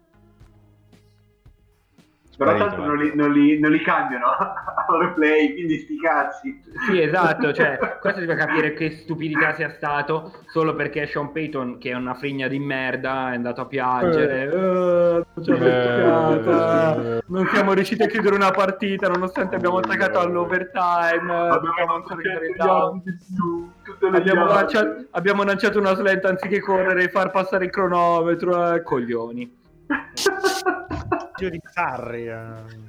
Però tanto non li, non, li, non li cambiano a replay, quindi sti cazzi. Sì, esatto, cioè questo si fa capire che stupidità sia stato solo perché Sean Payton, che è una frigna di merda, è andato a piangere. Eh, non, ci eh, non siamo riusciti a chiudere una partita nonostante abbiamo attaccato all'overtime. Abbiamo, abbiamo, lanciato, abbiamo lanciato una slant anziché correre e far passare il cronometro. Eh, coglioni. Di Sarri, eh.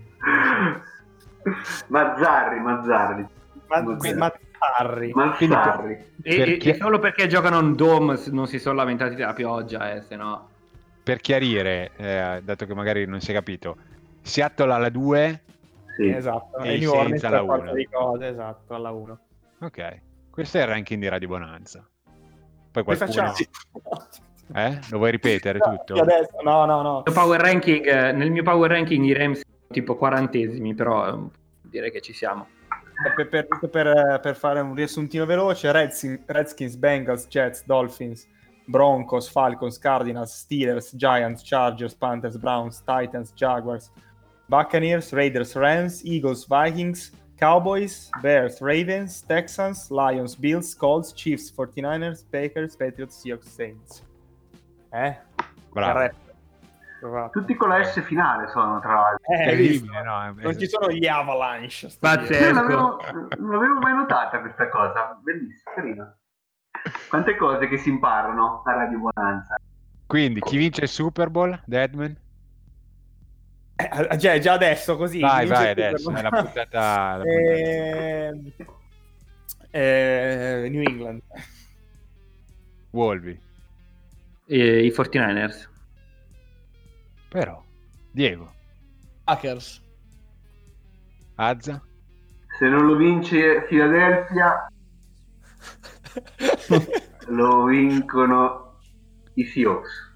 Mazzarri, Mazzarri, Mazzarri, Mazzarri. Mazzarri. E, perché... e solo perché giocano in dome non si sono lamentati della pioggia, eh, se no. Per chiarire, eh, dato che magari non si è capito, Seattle alla due, sì. Esatto, e e New Orleans alla uno. Di cose, esatto, alla uno. Ok, questo è il ranking di Radio Bonanza. Poi qualcuno... facciamo? Eh? Lo vuoi ripetere tutto? Adesso, no, no, no. Nel power ranking, eh, nel mio power ranking i Rams sono tipo quarantesimi, però eh, direi che ci siamo. Per, per, per, per fare un riassuntino veloce: Redskins, Redskins, Bengals, Jets, Dolphins, Broncos, Falcons, Cardinals, Steelers, Giants, Chargers, Panthers, Browns, Titans, Jaguars, Buccaneers, Raiders, Rams, Eagles, Vikings, Cowboys, Bears, Ravens, Texans, Lions, Bills, Colts, Chiefs, forty-niners, Packers, Patriots, Seahawks, Saints. Eh? Bravo. Tutti con la S finale sono, tra l'altro. Eh, terribile, no? Non ci sono gli Avalanche. Pazzesco. Non l'avevo, non l'avevo mai notata questa cosa. Bellissima, carina. Quante cose che si imparano a Radio Bonanza. Quindi, chi vince il Super Bowl? Deadman? Eh, già, già adesso, così. Vai, vai, adesso. È la puntata... La puntata. Eh, eh, New England. Wolvi. E, I forty-niners. Però, Diego. Packers. Azza. Se non lo vince Philadelphia, lo vincono i Seahawks.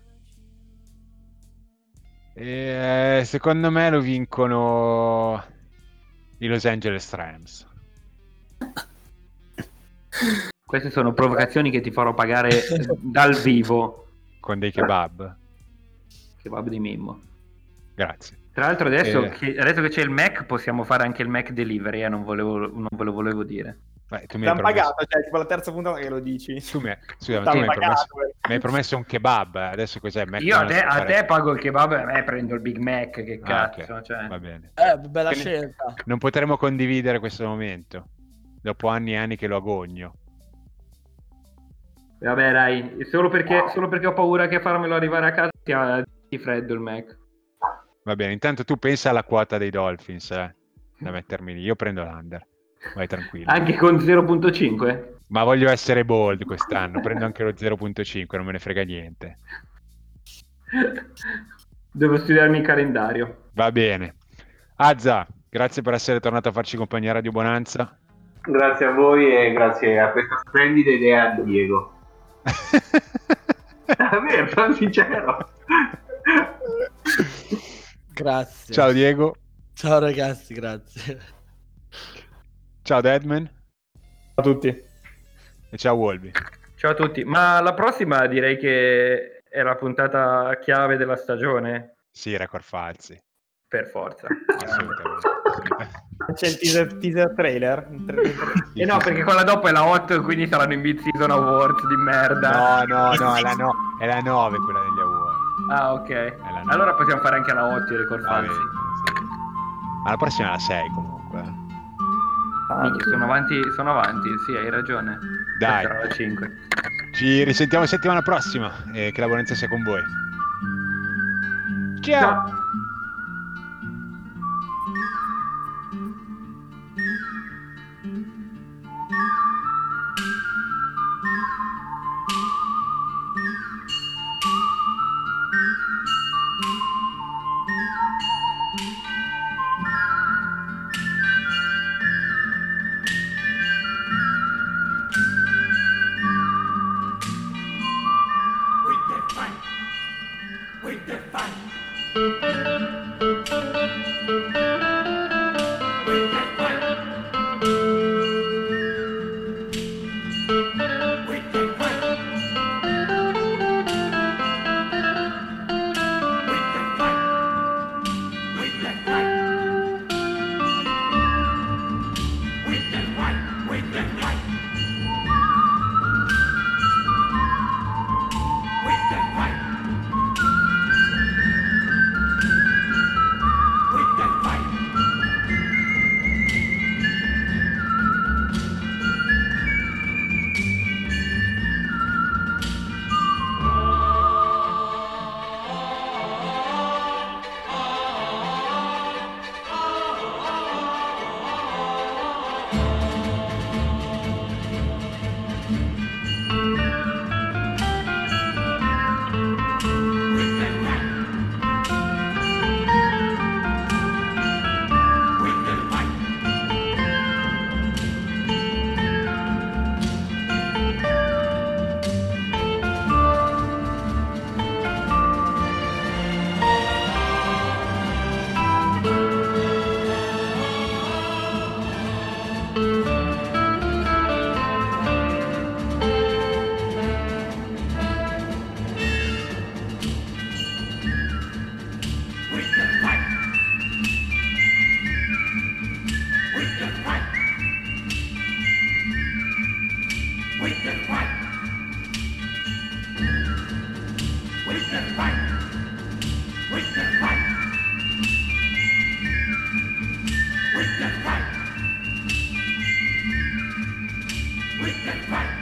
E, secondo me lo vincono i Los Angeles Rams. Queste sono provocazioni che ti farò pagare dal vivo. Con dei kebab. Kebab di Mimmo. Grazie. Tra l'altro adesso, eh... che, adesso che c'è il Mac possiamo fare anche il Mac Delivery, eh? non, volevo, non ve lo volevo dire. Beh, tu mi T'han hai promesso... pagato, cioè tipo la terza puntata che lo dici. Tu mi, scusa, T'han tu mi hai, promesso, pagato, eh. mi hai promesso un kebab, adesso cos'è? Io a te, a McDonald's te pago il kebab e a me prendo il Big Mac, che Ah, cazzo. ok, Cioè. va bene. Eh, bella Quindi scelta. non potremo condividere questo momento, dopo anni e anni che lo agogno. Vabbè dai, solo perché, solo perché ho paura che farmelo arrivare a casa sia di freddo il Mac. Va bene, intanto tu pensa alla quota dei Dolphins, eh, da mettermi lì. Io prendo l'under, vai tranquillo. Anche con zero virgola cinque? Ma voglio essere bold quest'anno, prendo anche lo zero virgola cinque, non me ne frega niente. Devo studiarmi il calendario. Va bene. Azza, grazie per essere tornato a farci compagnia a Radio Bonanza. Grazie a voi e grazie a questa splendida idea di Diego. Davvero, sono sincero. Grazie. Ciao Diego. Ciao ragazzi, grazie. Ciao Deadman. Ciao a tutti. E ciao Wolby. Ciao a tutti, ma la prossima direi che è la puntata chiave della stagione, Sì, record falsi. per forza. Assolutamente. C'è il teaser, teaser trailer. E no, perché quella dopo è la otto, quindi saranno i Mid-Season Awards di merda. No, no, no, è la, no, è la nove quella degli award. Ah, ok. la nove. Allora possiamo fare anche la otto i record Va falsi. bene, sì. Ma la prossima è la sei comunque. Minchia, sono avanti, sono avanti, sì, hai ragione. Dai. Questa era la cinque. Ci risentiamo settimana prossima e che la buonanza sia con voi. Ciao. Ciao. We can fight.